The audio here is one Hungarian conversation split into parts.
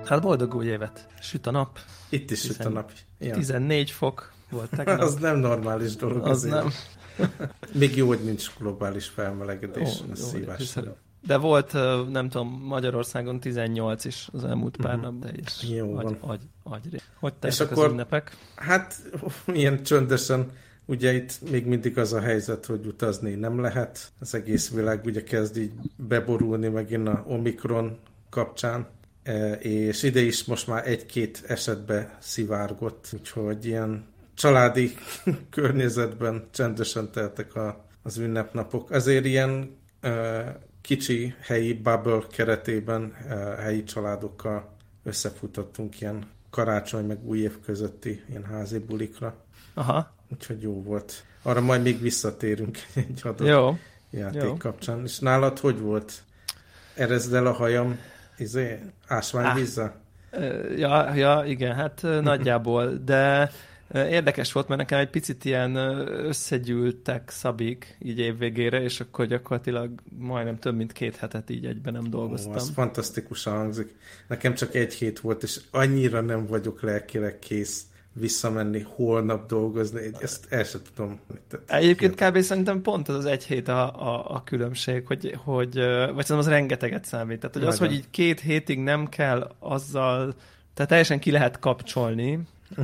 Hát boldog új évet. Süt a nap. Itt is süt a nap. Igen. 14 fok volt tegnap. Az nem normális dolog. Az nem. Még jó, hogy nincs globális felmelegedés. De volt, nem tudom, Magyarországon 18 is az elmúlt pár nap, de is jó van. Hogy teltek az ünnepek? Hát ilyen csöndesen. Ugye itt még mindig az a helyzet, hogy utazni nem lehet. Az egész világ ugye kezd így beborulni megint a Omikron kapcsán, és ide is most már egy-két esetbe szivárgott, úgyhogy ilyen családi környezetben csendesen teltek az ünnepnapok. Azért ilyen kicsi helyi bubble keretében helyi családokkal összefutottunk ilyen karácsony meg új év közötti ilyen házi bulikra. Aha. Úgyhogy jó volt. Arra majd még visszatérünk egy adott játék kapcsán. És nálad hogy volt? Erezd el a hajam ásványvízzel? Ja, igen, hát nagyjából, de érdekes volt, mert nekem egy picit ilyen összegyűltek szabik így évvégére, és akkor gyakorlatilag majdnem több mint 2 hetet így egyben nem dolgoztam. Az fantasztikusan hangzik. Nekem csak 1 hét volt, és annyira nem vagyok lelkileg kész visszamenni, holnap dolgozni, ezt el sem tudom. Egyébként kb. Szerintem pont az 1 hét a különbség, vagy szerintem az rengeteget számít. Tehát, hogy az, hogy így 2 hétig nem kell azzal, tehát teljesen ki lehet kapcsolni,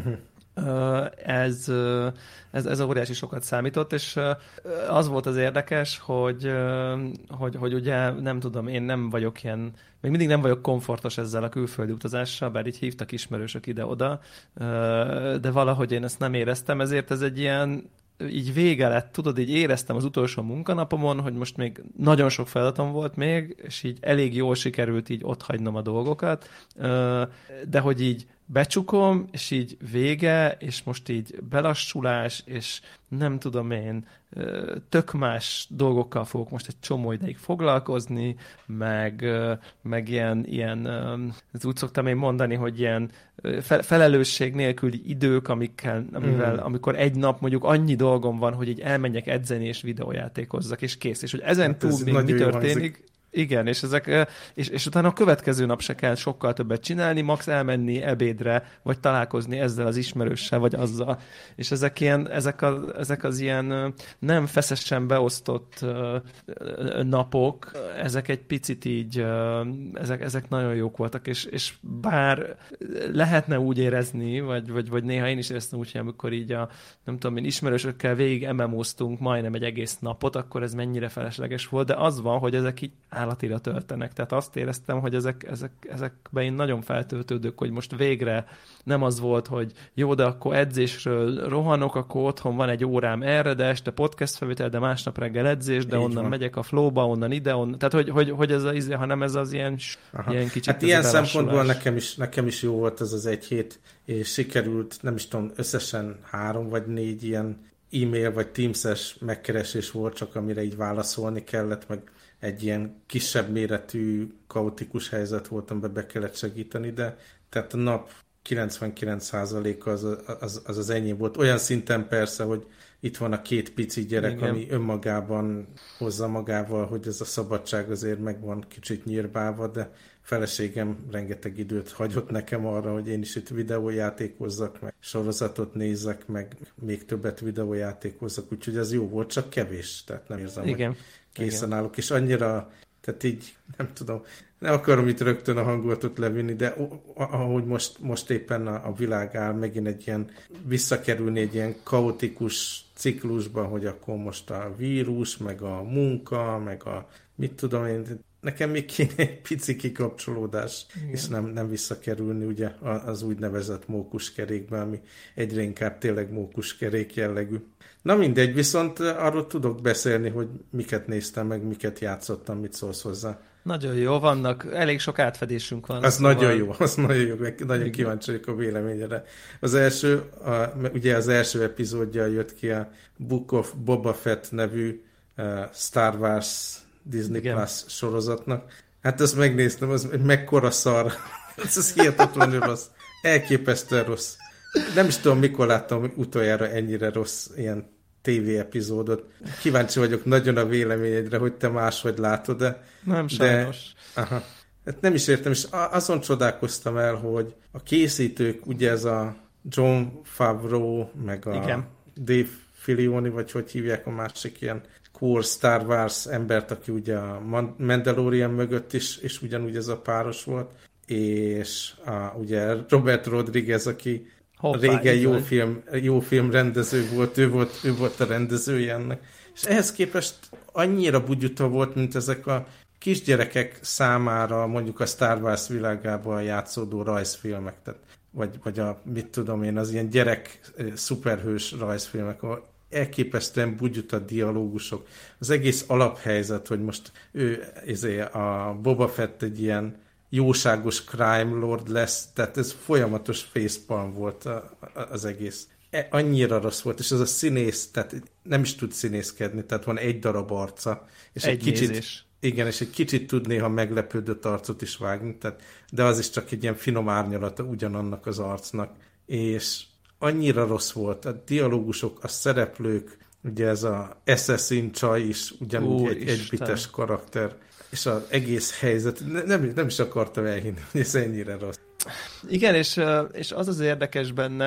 ez óriási sokat számított, és az volt az érdekes, hogy ugye nem tudom, én nem vagyok ilyen, még mindig nem vagyok komfortos ezzel a külföldi utazással, bár így hívtak ismerősök ide-oda, de valahogy én ezt nem éreztem, ezért ez egy ilyen, így vége lett, tudod, így éreztem az utolsó munkanapomon, hogy most még nagyon sok feladatom volt még, és így elég jól sikerült így otthagynom a dolgokat, de hogy így becsukom, és így vége, és most így belassulás, és nem tudom én, tök más dolgokkal fogok most egy csomó ideig foglalkozni, meg ilyen úgy szoktam én mondani, hogy ilyen felelősség nélküli idők, amikor egy nap mondjuk annyi dolgom van, hogy így elmenjek edzeni és videójátékozzak, és kész. És hogy ezen túl még mi történik, igen, és utána a következő nap se kell sokkal többet csinálni, max elmenni ebédre, vagy találkozni ezzel az ismerőssel, vagy azzal. És ezek az ilyen nem feszesen beosztott napok, ezek egy picit így, ezek nagyon jók voltak, és bár lehetne úgy érezni, vagy néha én is éreztem úgy, hogy amikor így nem tudom én, ismerősökkel végig MMO-ztunk majdnem egy egész napot, akkor ez mennyire felesleges volt, de az van, hogy ezek így állatira töltenek. Tehát azt éreztem, hogy ezekben én nagyon feltöltődök, hogy most végre nem az volt, hogy jó, de akkor edzésről rohanok, akkor otthon van egy órám erre, de este podcast felvétel, de másnap reggel edzés, de onnan megyek a flowba, onnan ide, onnan. Tehát, hogy ez hanem ez az ilyen kicsit... Hát ilyen szempontból nekem is jó volt ez az 1 hét, és sikerült, nem is tudom, összesen 3 vagy 4 ilyen e-mail vagy Teams-es megkeresés volt, csak amire így válaszolni kellett, meg egy ilyen kisebb méretű, kaotikus helyzet volt, amiben be kellett segíteni, de tehát a nap 99%-a az enyém volt. Olyan szinten persze, hogy itt van a 2 pici gyerek, igen, ami önmagában hozza magával, hogy ez a szabadság azért meg van kicsit nyírbálva, de feleségem rengeteg időt hagyott nekem arra, hogy én is itt videójátékozzak, meg sorozatot nézzek, meg még többet videójátékozzak, úgyhogy ez jó volt, csak kevés, tehát nem érzem, igen, hogy készen állok, és annyira, tehát így, nem tudom, nem akarom itt rögtön a hangulatot levinni, de ahogy most éppen a világ áll, megint egy ilyen, visszakerülni egy ilyen kaotikus ciklusba, hogy akkor most a vírus, meg a munka, meg a mit tudom én, nekem még kéne egy pici kikapcsolódás, igen, és nem visszakerülni ugye az úgynevezett mókuskerékbe, ami egyre inkább tényleg mókuskerék jellegű. Na mindegy, viszont arról tudok beszélni, hogy miket néztem meg, miket játszottam, mit szólsz hozzá. Nagyon jó, vannak, elég sok átfedésünk van. Az szóval... nagyon jó, nagyon kíváncsi vagyok a véleményre. Az első epizódja jött ki a Book of Boba Fett nevű Star Wars Disney igen. Plus sorozatnak. Hát ezt megnéztem, az mekkora szar. Ez hihetetlenül rossz. Elképesztően rossz. Nem is tudom, mikor láttam utoljára ennyire rossz ilyen TV epizódot. Kíváncsi vagyok nagyon a véleményedre, hogy te máshogy látod, de... Nem sajnos. Aha. Hát nem is értem, és azon csodálkoztam el, hogy a készítők, ugye ez a John Favreau, meg a Igen. Dave Filoni, vagy hogy hívják a másik ilyen core Star Wars embert, aki ugye a Mandalorian mögött is, és ugyanúgy ez a páros volt, és ugye Robert Rodriguez, aki régen jó film rendező volt, ő volt a rendezője ennek. És ehhez képest annyira bugyuta volt, mint ezek a kisgyerekek számára mondjuk a Star Wars világában játszódó rajzfilmek, tehát, vagy a, mit tudom én, az ilyen gyerek szuperhős rajzfilmek, ahol elképesztően bugyuta dialógusok. Az egész alaphelyzet, hogy most a Boba Fett egy ilyen jóságos crime lord lesz, tehát ez folyamatos facepalm volt az egész. Annyira rossz volt, és az a színész, tehát nem is tud színészkedni, tehát van egy darab arca, és egy kicsit, igen, és egy kicsit tud néha meglepődött arcot is vágni, tehát, de az is csak egy ilyen finom árnyalata ugyanannak az arcnak, és annyira rossz volt, a dialógusok, a szereplők, ugye ez a Assassin csaj is ugyanúgy egy egybites karakter, és az egész helyzet, nem is akartam elhinni, hogy ez ennyire rossz. Igen, és az érdekes benne,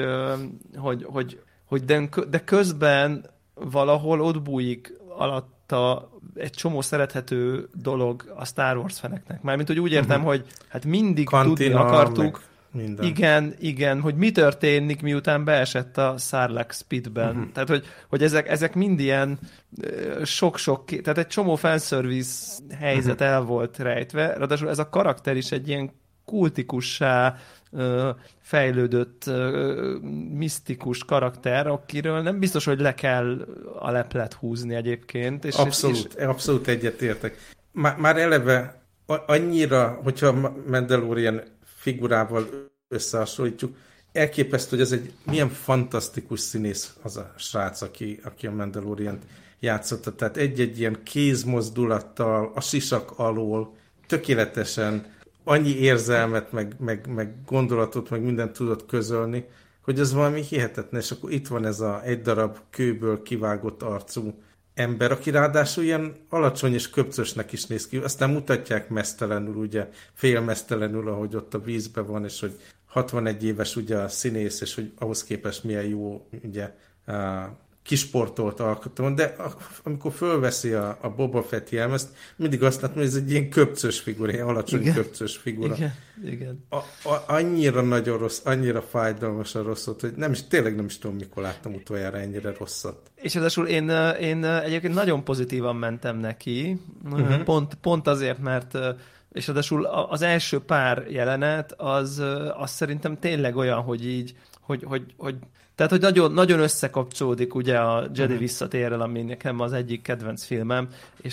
hogy de közben valahol ott bújik alatta egy csomó szerethető dolog a Star Wars feneknek. Mármint, hogy úgy értem, hogy hát mindig Kantina, tudni akartuk, minden. Igen, hogy mi történik, miután beesett a Sarlacc pitben. Tehát, hogy ezek mind ilyen sok-sok, tehát egy csomó fanservice helyzet el volt rejtve, ráadásul ez a karakter is egy ilyen kultikussá fejlődött misztikus karakter, akiről nem biztos, hogy le kell a leplet húzni egyébként. És abszolút egyetértek. Már eleve annyira, hogyha Mandalorian figurával összehasonlítjuk, elképesztő, hogy ez egy milyen fantasztikus színész az a srác, aki a Mandalorian-t játszotta. Tehát egy-egy ilyen kézmozdulattal, a sisak alól tökéletesen annyi érzelmet, meg gondolatot, meg mindent tudott közölni, hogy ez valami hihetetlen, és akkor itt van ez egy darab kőből kivágott arcú ember, aki ráadásul ilyen alacsony és köpcösnek is néz ki. Aztán mutatják meztelenül, ugye, félmeztelenül, ahogy ott a vízben van, és hogy 61 éves ugye a színész, és hogy ahhoz képest milyen jó, ugye, kisportolt alkotom, de amikor fölveszi a Boba Fett jelmezt, mindig azt látom, hogy ez egy ilyen köpcös figura, ilyen alacsony köpcös figura. Igen. Annyira nagyon rossz, annyira fájdalmasan rosszat, hogy tényleg nem is tudom, mikor láttam utoljára ennyire rosszat. És ráadásul én egyébként nagyon pozitívan mentem neki, pont azért, mert és ráadásul az első pár jelenet, az szerintem tényleg olyan, hogy így, hogy tehát, hogy nagyon, nagyon összekapcsolódik ugye a Jedi visszatérrel, ami nekem az egyik kedvenc filmem,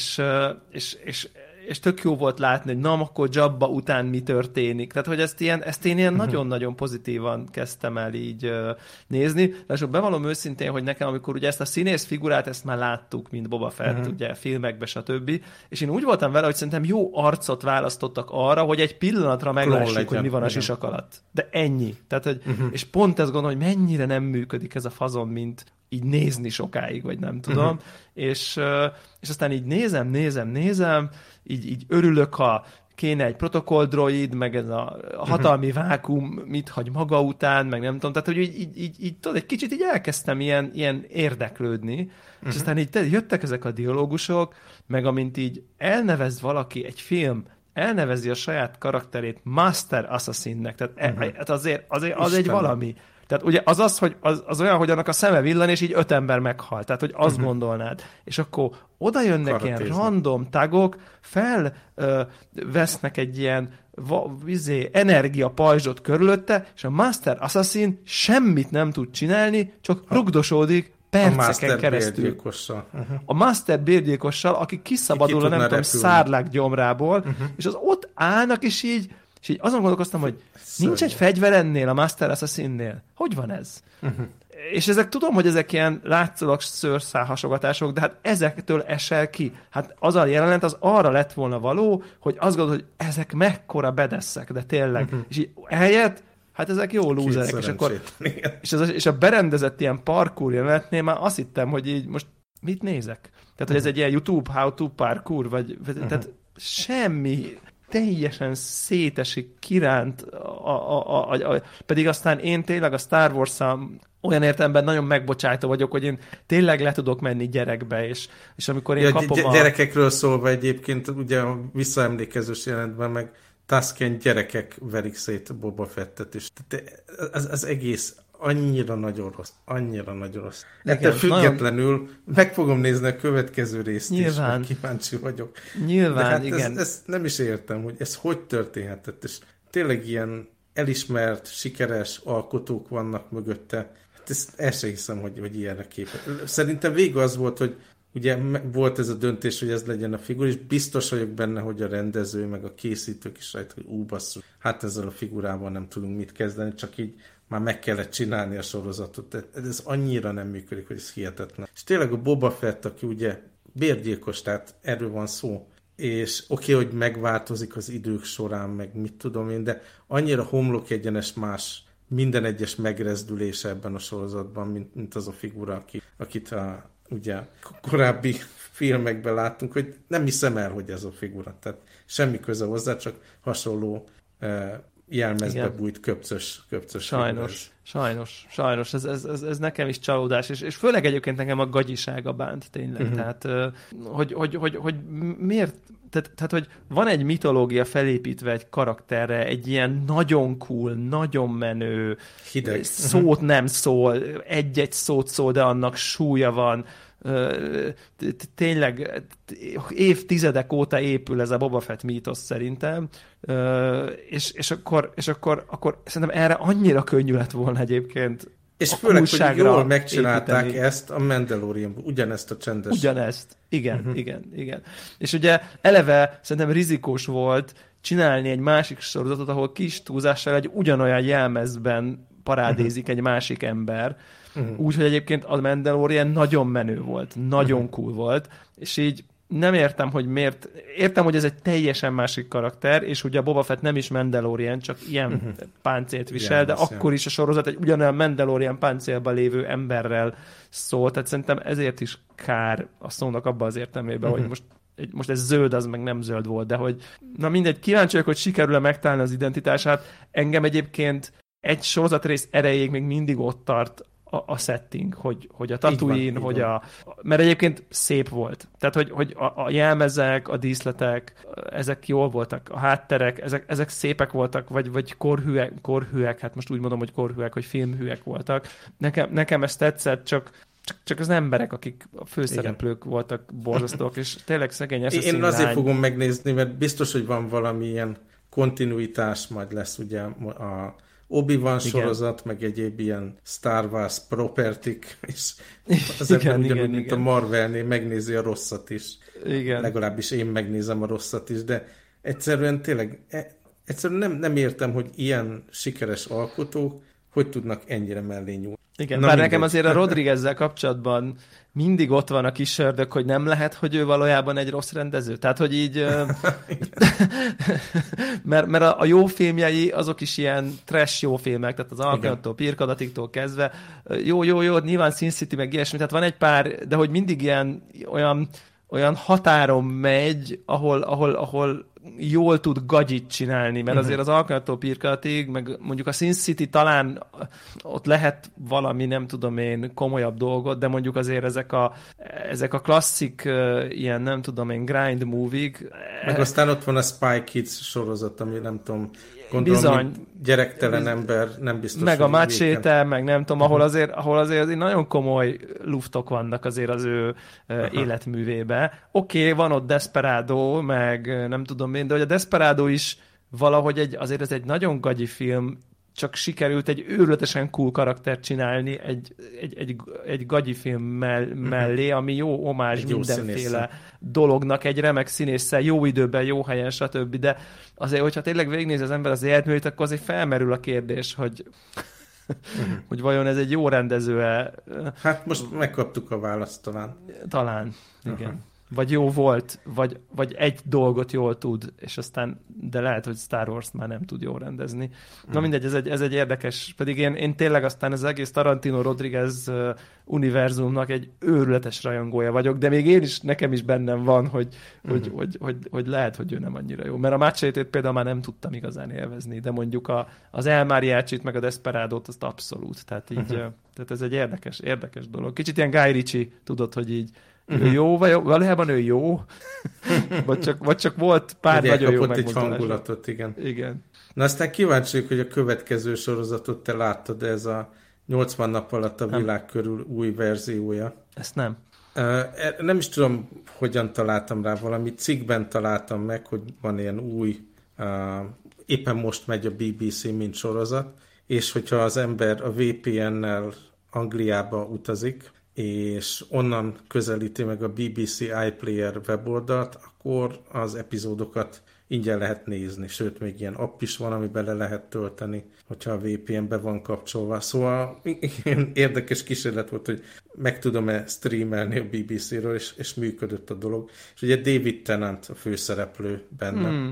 és tök jó volt látni, hogy akkor Jabba után mi történik. Tehát, hogy ezt én ilyen nagyon-nagyon pozitívan kezdtem el így nézni. És bevallom őszintén, hogy nekem, amikor ugye ezt a színész figurát, ezt már láttuk, mint Boba Fett, ugye filmekben, stb. És én úgy voltam vele, hogy szerintem jó arcot választottak arra, hogy egy pillanatra meglássuk, hogy mi van a sisak alatt. De ennyi. Tehát, hogy, és pont ezt gondolom, hogy mennyire nem működik ez a fazon, mint így nézni sokáig, vagy nem tudom. És aztán így nézem, így örülök, ha kéne egy protokolldroid, meg ez a hatalmi vákum mit hagy maga után, meg nem tudom. Tehát, hogy így tudod, egy kicsit így elkezdtem ilyen érdeklődni, és aztán így jöttek ezek a dialógusok, meg amint így elnevez valaki egy film, elnevezi a saját karakterét Master Assassinnek, tehát azért az egy valami. Tehát ugye hogy az olyan, hogy annak a szeme villan, és így 5 ember meghal. Tehát, hogy azt gondolnád. És akkor oda jönnek ilyen random tagok, felvesznek egy ilyen energiapajzsot körülötte, és a Master Assassin semmit nem tud csinálni, csak rugdosódik perceken keresztül. A Master bérgyilkossal, aki kiszabadul a nem tudom, Sarlacc gyomrából, és az ott állnak, és így azon gondolkoztam, hogy nincs egy fegyver ennél a Master Assassinnél. Hogy van ez? És tudom, hogy ezek ilyen látszólag szőrszálhasogatások, de hát ezektől esel ki. Hát az a jelenet az arra lett volna való, hogy azt gondolod, hogy ezek mekkora bedesszek, de tényleg. És így eljött, hát ezek jó lúzerek. És a berendezett ilyen parkour jelenetnél már azt hittem, hogy így most mit nézek? Tehát, hogy ez egy ilyen YouTube how to parkour, vagy tehát semmi. teljesen szétesik, kiránt, pedig aztán én tényleg a Star Wars-szal olyan értelemben nagyon megbocsájtó vagyok, hogy én tényleg le tudok menni gyerekbe, és amikor én kapom gyerekekről szólva egyébként, ugye a visszaemlékezős jelentben meg Tusken gyerekek verik szét Boba Fettet is. Tehát az egész annyira nagyon rossz. Ettől függetlenül nagyon... meg fogom nézni a következő részt nyilván. Is, kíváncsi vagyok. Nyilván, de hát igen. ezt nem is értem, hogy ez hogy történhetett, és tényleg ilyen elismert, sikeres alkotók vannak mögötte. Ezt sem hiszem, hogy ilyenre képes. Szerintem vége az volt, hogy ugye volt ez a döntés, hogy ez legyen a figura, és biztos vagyok benne, hogy a rendező, meg a készítők is rájött, hogy basszus, hát ezzel a figurával nem tudunk mit kezdeni, csak így már meg kellett csinálni a sorozatot. Ez annyira nem működik, hogy ez hihetetlen. És tényleg a Boba Fett, aki ugye bérgyilkos, tehát erről van szó, és oké, hogy megváltozik az idők során, meg mit tudom én, de annyira homlok egyenes más minden egyes megrezdülése ebben a sorozatban, mint az a figura, akit ugye korábbi filmekben láttunk, hogy nem hiszem el, hogy ez a figura. Tehát semmi köze hozzá, csak hasonló jelmezbe bújt köpcös Sajnos. Ez nekem is csalódás, és főleg egyébként nekem a gagyisága bánt tényleg. Tehát, hogy miért, tehát, hogy van egy mitológia felépítve egy karakterre, egy ilyen nagyon cool, nagyon menő, hideg. Szót nem szól, egy-egy szót szól, de annak súlya van. Tényleg évtizedek óta épül ez a Boba Fett mítosz szerintem, és akkor szerintem erre annyira könnyű lett volna egyébként. És főleg, hogy jól megcsinálták építeni. Ezt a Mandalorianban, ugyanezt a csendes. Ugyanezt, igen. És ugye eleve szerintem rizikós volt csinálni egy másik sorozatot, ahol kis túlzással egy ugyanolyan jelmezben parádézik egy másik ember, úgyhogy egyébként a Mandalorian nagyon menő volt, nagyon cool volt, és így nem értem, hogy miért. Értem, hogy ez egy teljesen másik karakter, és ugye a Boba Fett nem is Mandalorian, csak ilyen páncélt visel, de akkor is a sorozat egy ugyanolyan Mandalorian páncélban lévő emberrel szól, tehát szerintem ezért is kár a szónak abban az értelmében, hogy most ez zöld, az meg nem zöld volt, de hogy na mindegy, kíváncsi vagyok, hogy sikerül-e megtalálni az identitását. Engem egyébként egy sorozatrész erejéig még mindig ott tart a setting, hogy a Tatooine, hogy mert egyébként szép volt. Tehát, hogy a jelmezek, a díszletek, ezek jól voltak, a hátterek, ezek szépek voltak, vagy korhűek, hát most úgy mondom, hogy korhűek, hogy filmhűek voltak. Nekem ez tetszett, csak az emberek, akik a főszereplők voltak borzasztóak, és tényleg szegény assassin Én azért fogom megnézni, mert biztos, hogy van valamilyen kontinuitás, majd lesz ugye a Obi-Wan sorozat, meg egyéb ilyen Star Wars propertik, és az ember ugyanúgy, mint a Marvelnél megnézi a rosszat is. Igen. Legalábbis én megnézem a rosszat is, de egyszerűen tényleg egyszerűen nem értem, hogy ilyen sikeres alkotók hogy tudnak ennyire mellé nyúlni. Igen, bár nekem azért a Rodriguezzel kapcsolatban mindig ott van a kis ördög, hogy nem lehet, hogy ő valójában egy rossz rendező. Tehát, hogy így... mert a jó filmjei, azok is ilyen trash jó filmek, tehát az Alkanattól, Pirkadatiktól kezdve. Jó, nyilván Sin City, meg ilyesmi, tehát van egy pár, de hogy mindig ilyen olyan határon megy, ahol jól tud gagyit csinálni, mert azért az Alkanattól Pirkadatig, meg mondjuk a Sin City talán ott lehet valami, nem tudom én, komolyabb dolgot, de mondjuk azért ezek a klasszik ilyen, nem tudom én, grind movie-k. Meg aztán ott van a Spy Kids sorozat, ami nem tudom, gondolom, bizony, gyerektelen ember, nem biztos. Meg a Machete, meg nem tudom, ahol azért nagyon komoly luftok vannak azért az ő életművébe. Oké, van ott Desperado, meg nem tudom én, de hogy a Desperado is valahogy azért ez egy nagyon gagyi film, csak sikerült egy őrületesen cool karaktert csinálni egy gagyi film mellé, ami jó omázs mindenféle dolognak, egy remek színésszel, jó időben, jó helyen, stb. De azért, hogyha tényleg végignéz az ember az életművét, akkor azért felmerül a kérdés, hogy hogy vajon ez egy jó rendező-e. Hát most megkaptuk a választ talán. Talán, igen. vagy jó volt, vagy egy dolgot jól tud, és aztán, de lehet, hogy Star Wars már nem tud jól rendezni. Na mindegy, ez egy érdekes, pedig én tényleg aztán az egész Tarantino Rodriguez univerzumnak egy őrületes rajongója vagyok, de még nekem is bennem van, hogy lehet, hogy ő nem annyira jó. Mert a Machete-t például már nem tudtam igazán élvezni, de mondjuk az El Mariachi-t meg a Desperado-t azt abszolút. Tehát így, tehát ez egy érdekes dolog. Kicsit ilyen Guy Ritchie, tudod, hogy így ő jó, vagy valójában ő jó, vagy csak volt pár nagyon jó megmozdulás. Egy hangulatot, igen. Igen. Na aztán kíváncsiak, hogy a következő sorozatot te láttad, ez a 80 nap alatt a világ körül új verziója. Ezt nem. Nem is tudom, hogyan találtam rá, valami cikkben találtam meg, hogy van ilyen új, éppen most megy a BBC mint sorozat, és hogyha az ember a VPN-nel Angliába utazik, és onnan közelíti meg a BBC iPlayer weboldalt, akkor az epizódokat ingyen lehet nézni, sőt, még ilyen app is van, ami bele lehet tölteni, hogyha a VPN-be van kapcsolva. Szóval érdekes kísérlet volt, hogy meg tudom-e streamelni a BBC-ről, és működött a dolog. És ugye David Tennant a főszereplő benne.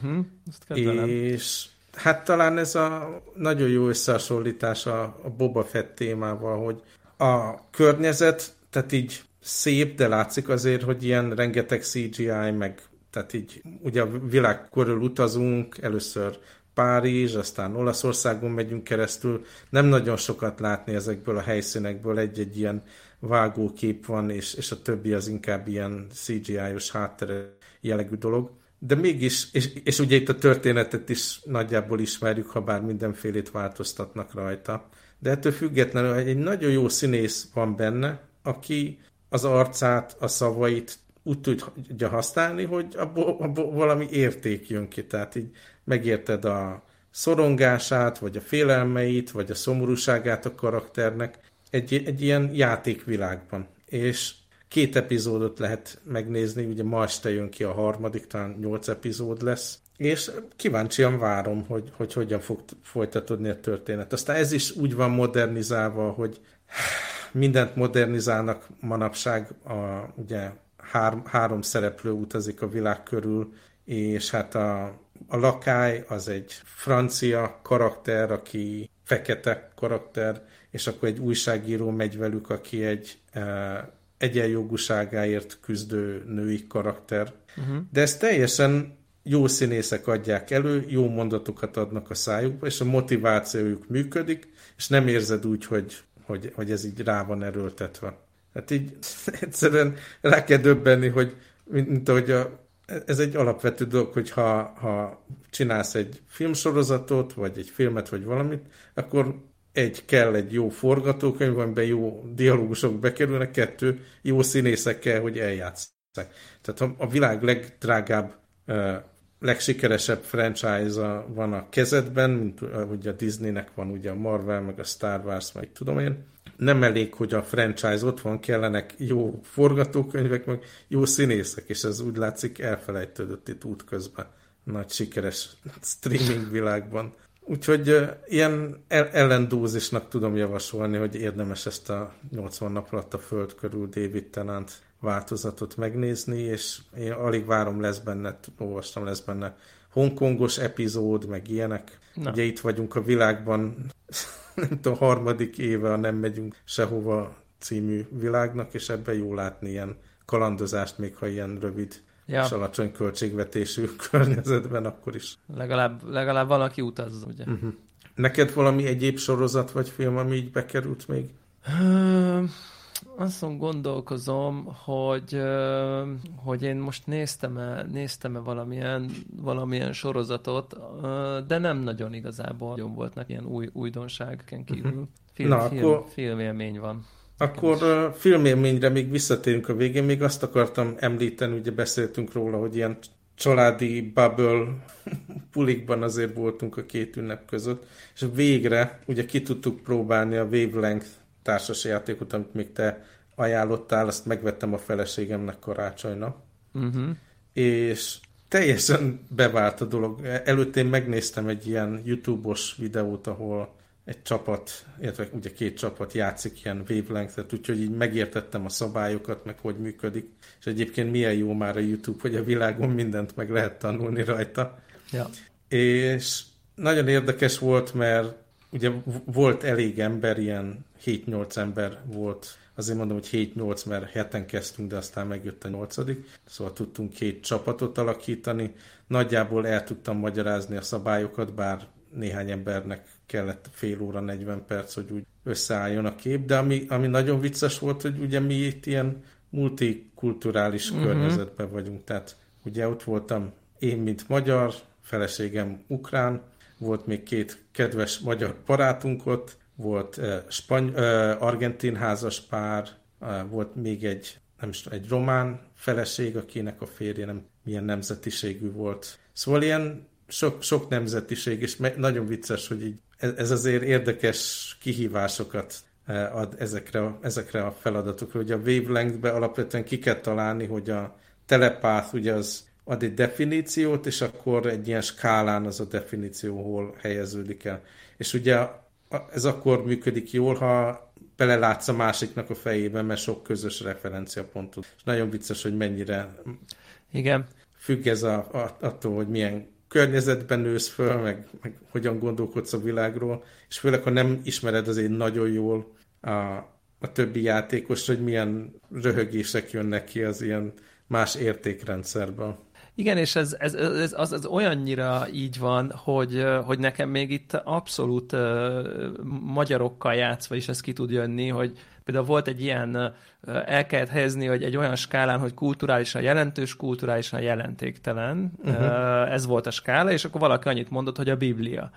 És hát talán ez a nagyon jó összehasonlítás a Boba Fett témával, hogy a környezet, tehát így szép, de látszik azért, hogy ilyen rengeteg CGI, meg tehát így ugye a világ körül utazunk, először Párizs, aztán Olaszországon megyünk keresztül, nem nagyon sokat látni ezekből a helyszínekből, egy-egy ilyen vágókép van, és a többi az inkább ilyen CGI-os háttere jellegű dolog. De mégis, és ugye itt a történetet is nagyjából ismerjük, ha bár mindenfélét változtatnak rajta. De ettől függetlenül egy nagyon jó színész van benne, aki az arcát, a szavait úgy tudja használni, hogy abból valami érték jön ki. Tehát így megérted a szorongását, vagy a félelmeit, vagy a szomorúságát a karakternek egy ilyen játékvilágban. És 2 epizódot lehet megnézni, ugye ma este jön ki a 3., talán 8 epizód lesz, és kíváncsian várom, hogy hogyan fog folytatódni a történet. Aztán ez is úgy van modernizálva, hogy mindent modernizálnak manapság, ugye 3 szereplő utazik a világ körül, és hát a lakály az egy francia karakter, aki fekete karakter, és akkor egy újságíró megy velük, aki egy egyenjogúságáért küzdő női karakter. De ezt teljesen jó színészek adják elő, jó mondatokat adnak a szájukba, és a motivációjuk működik, és nem érzed úgy, hogy ez így rá van erőltetve. Hát így egyszerűen rá kell döbbenni, hogy mint ahogy ez egy alapvető dolog, hogy ha csinálsz egy filmsorozatot, vagy egy filmet, vagy valamit, akkor kell egy jó forgatókönyv, amiben jó dialógusok bekerülnek, 2 jó színészek kell, hogy eljátsszák. Tehát a világ legdrágább, legsikeresebb franchise-a van a kezedben, mint ugye a Disneynek van ugye a Marvel, meg a Star Wars, meg tudom én. Nem elég, hogy a franchise ott van, kellenek jó forgatókönyvek, meg jó színészek, és ez úgy látszik elfelejtődött itt útközben nagy sikeres streaming világban. Úgyhogy ilyen ellendózisnak tudom javasolni, hogy érdemes ezt a 80 nap alatt a föld körül David Tennant változatot megnézni, és én alig várom, olvastam, lesz benne hongkongos epizód, meg ilyenek. Na. Ugye itt vagyunk a világban, nem tudom, 3. éve, nem megyünk sehova című világnak, és ebben jó látni ilyen kalandozást, még ha ilyen rövid és alacsony költségvetésű környezetben, akkor is. Legalább valaki utaz, ugye? Neked valami egyéb sorozat vagy film, ami így bekerült még? Azon gondolkozom, hogy én most néztem-e valamilyen sorozatot, de nem nagyon igazából nagyon volt neki ilyen újdonságen kívül. Filmélmény van. Akkor filmélményre még visszatérünk a végén. Még azt akartam említeni, ugye beszéltünk róla, hogy ilyen családi bubble pulikban azért voltunk a 2 ünnep között, és végre ugye ki tudtuk próbálni a Wavelength társasjátékot, amit még te ajánlottál, azt megvettem a feleségemnek karácsonyra. És teljesen bevált a dolog. Előtt én megnéztem egy ilyen YouTube-os videót, ahol egy csapat, illetve ugye 2 csapat játszik ilyen wavelength-et, úgyhogy így megértettem a szabályokat, meg hogy működik. És egyébként milyen jó már a YouTube, hogy a világon mindent meg lehet tanulni rajta. Ja. És nagyon érdekes volt, mert ugye volt elég ember, ilyen 7-8 ember volt. Azért mondom, hogy 7-8, mert 7-en kezdtünk, de aztán megjött a 8. Szóval tudtunk 2 csapatot alakítani. Nagyjából el tudtam magyarázni a szabályokat, bár néhány embernek kellett fél óra, 40 perc, hogy úgy összeálljon a kép. De ami nagyon vicces volt, hogy ugye mi itt ilyen multikulturális környezetben vagyunk. Tehát ugye ott voltam én, mint magyar, feleségem ukrán, volt még 2 kedves magyar barátunk ott, volt argentin házas pár, volt még egy román feleség, akinek a férje nem milyen nemzetiségű volt. Szóval ilyen sok nemzetiség, és nagyon vicces, hogy így ez azért érdekes kihívásokat ad ezekre a feladatokra. Ugye a wavelength-be alapvetően ki kell találni, hogy a telepáth ugye az ad egy definíciót, és akkor egy ilyen skálán az a definíció hol helyeződik el. És ugye ez akkor működik jól, ha belelátsz a másiknak a fejében, mert sok közös referenciapontot. És nagyon vicces, hogy mennyire függ ez attól, hogy milyen környezetben nősz föl, meg hogyan gondolkodsz a világról, és főleg, ha nem ismered azért nagyon jól a többi játékos, hogy milyen röhögések jönnek ki az ilyen más értékrendszerben. Igen, és ez olyannyira így van, hogy nekem még itt abszolút magyarokkal játszva is ez ki tud jönni, hogy például volt egy ilyen, el kellett helyezni, hogy egy olyan skálán, hogy kulturálisan jelentős, kulturálisan jelentéktelen. Ez volt a skála, és akkor valaki annyit mondott, hogy a Biblia.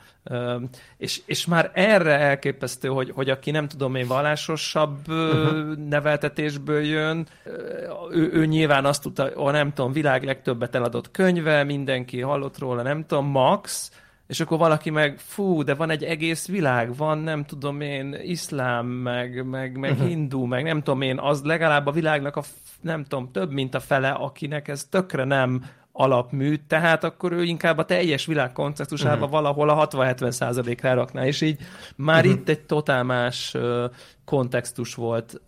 És már erre elképesztő, hogy aki nem tudom én vallásosabb neveltetésből jön, ő nyilván azt tudta, nem tudom, világ legtöbbet eladott könyve, mindenki hallott róla, nem tudom, Max, és akkor valaki meg, de van egy egész világ, van nem tudom én, iszlám, meg hindu, meg nem tudom én, az legalább a világnak nem tudom, több mint a fele, akinek ez tökre nem alapmű, tehát akkor ő inkább a teljes világ kontextusában valahol a 60-70%-ra rakná, és így már itt egy totál más kontextus volt,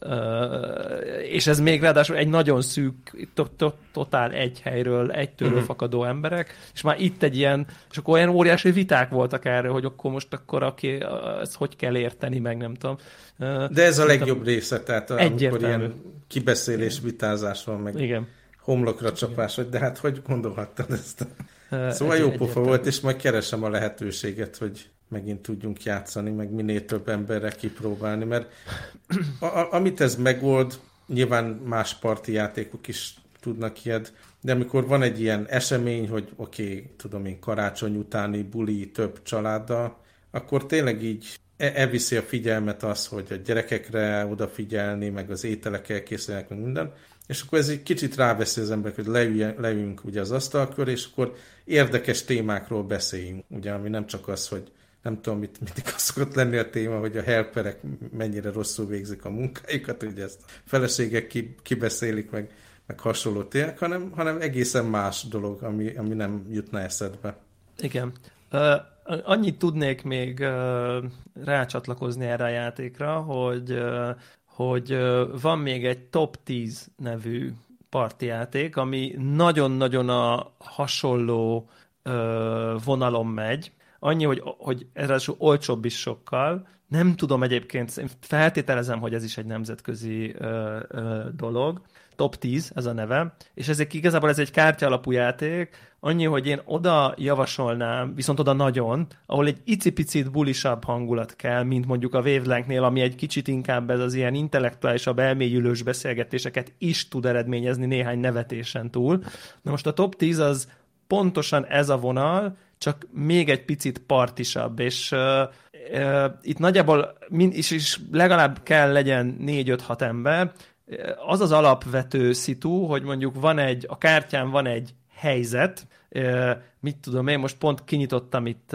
és ez még ráadásul egy nagyon szűk, totál egy helyről, egytől fakadó emberek, és már itt egy ilyen, és akkor olyan óriási viták voltak erről, hogy akkor aki ezt hogy kell érteni, meg nem tudom. De ez a legjobb része, tehát amikor ilyen kibeszélés, vitázás van, meg igen. Homlokra csapás, de hát hogy gondolhattad ezt? Szóval jó pofa volt, és majd keresem a lehetőséget, hogy megint tudjunk játszani, meg minél több emberre kipróbálni, mert amit ez megold, nyilván más parti játékok is tudnak ilyet, de amikor van egy ilyen esemény, hogy tudom én, karácsony utáni buli több családdal, akkor tényleg így elviszi a figyelmet az, hogy a gyerekekre odafigyelni, meg az ételek elkészülnek, meg minden, és akkor ez egy kicsit ráveszi az emberek, hogy leüljünk ugye az asztalkör, és akkor érdekes témákról beszéljünk, ugye, ami nem csak az, hogy nem tudom, mindig az szokott lenni a téma, hogy a helperek mennyire rosszul végzik a munkájukat, hogy ezt a feleségek kibeszélik, meg hasonló témák, hanem egészen más dolog, ami nem jutna eszedbe. Igen. Annyit tudnék még rácsatlakozni erre a játékra, hogy van még egy Top 10 nevű partijáték, ami nagyon-nagyon a hasonló vonalon megy. Annyi, hogy ez olcsóbb is sokkal. Nem tudom egyébként, én feltételezem, hogy ez is egy nemzetközi dolog. Top 10, ez a neve. És igazából ez egy kártya alapú játék, annyi, hogy én oda javasolnám, viszont oda nagyon, ahol egy icipicit bulisabb hangulat kell, mint mondjuk a Wavelength-nél, ami egy kicsit inkább ez az ilyen intellektuálisabb, elmélyülős beszélgetéseket is tud eredményezni néhány nevetésen túl. Na most a Top 10 az pontosan ez a vonal, csak még egy picit partisabb, és itt nagyjából is legalább kell legyen 4-5-6 ember. Az az alapvető szitu, hogy mondjuk a kártyán van egy helyzet, mit tudom én, most pont kinyitottam itt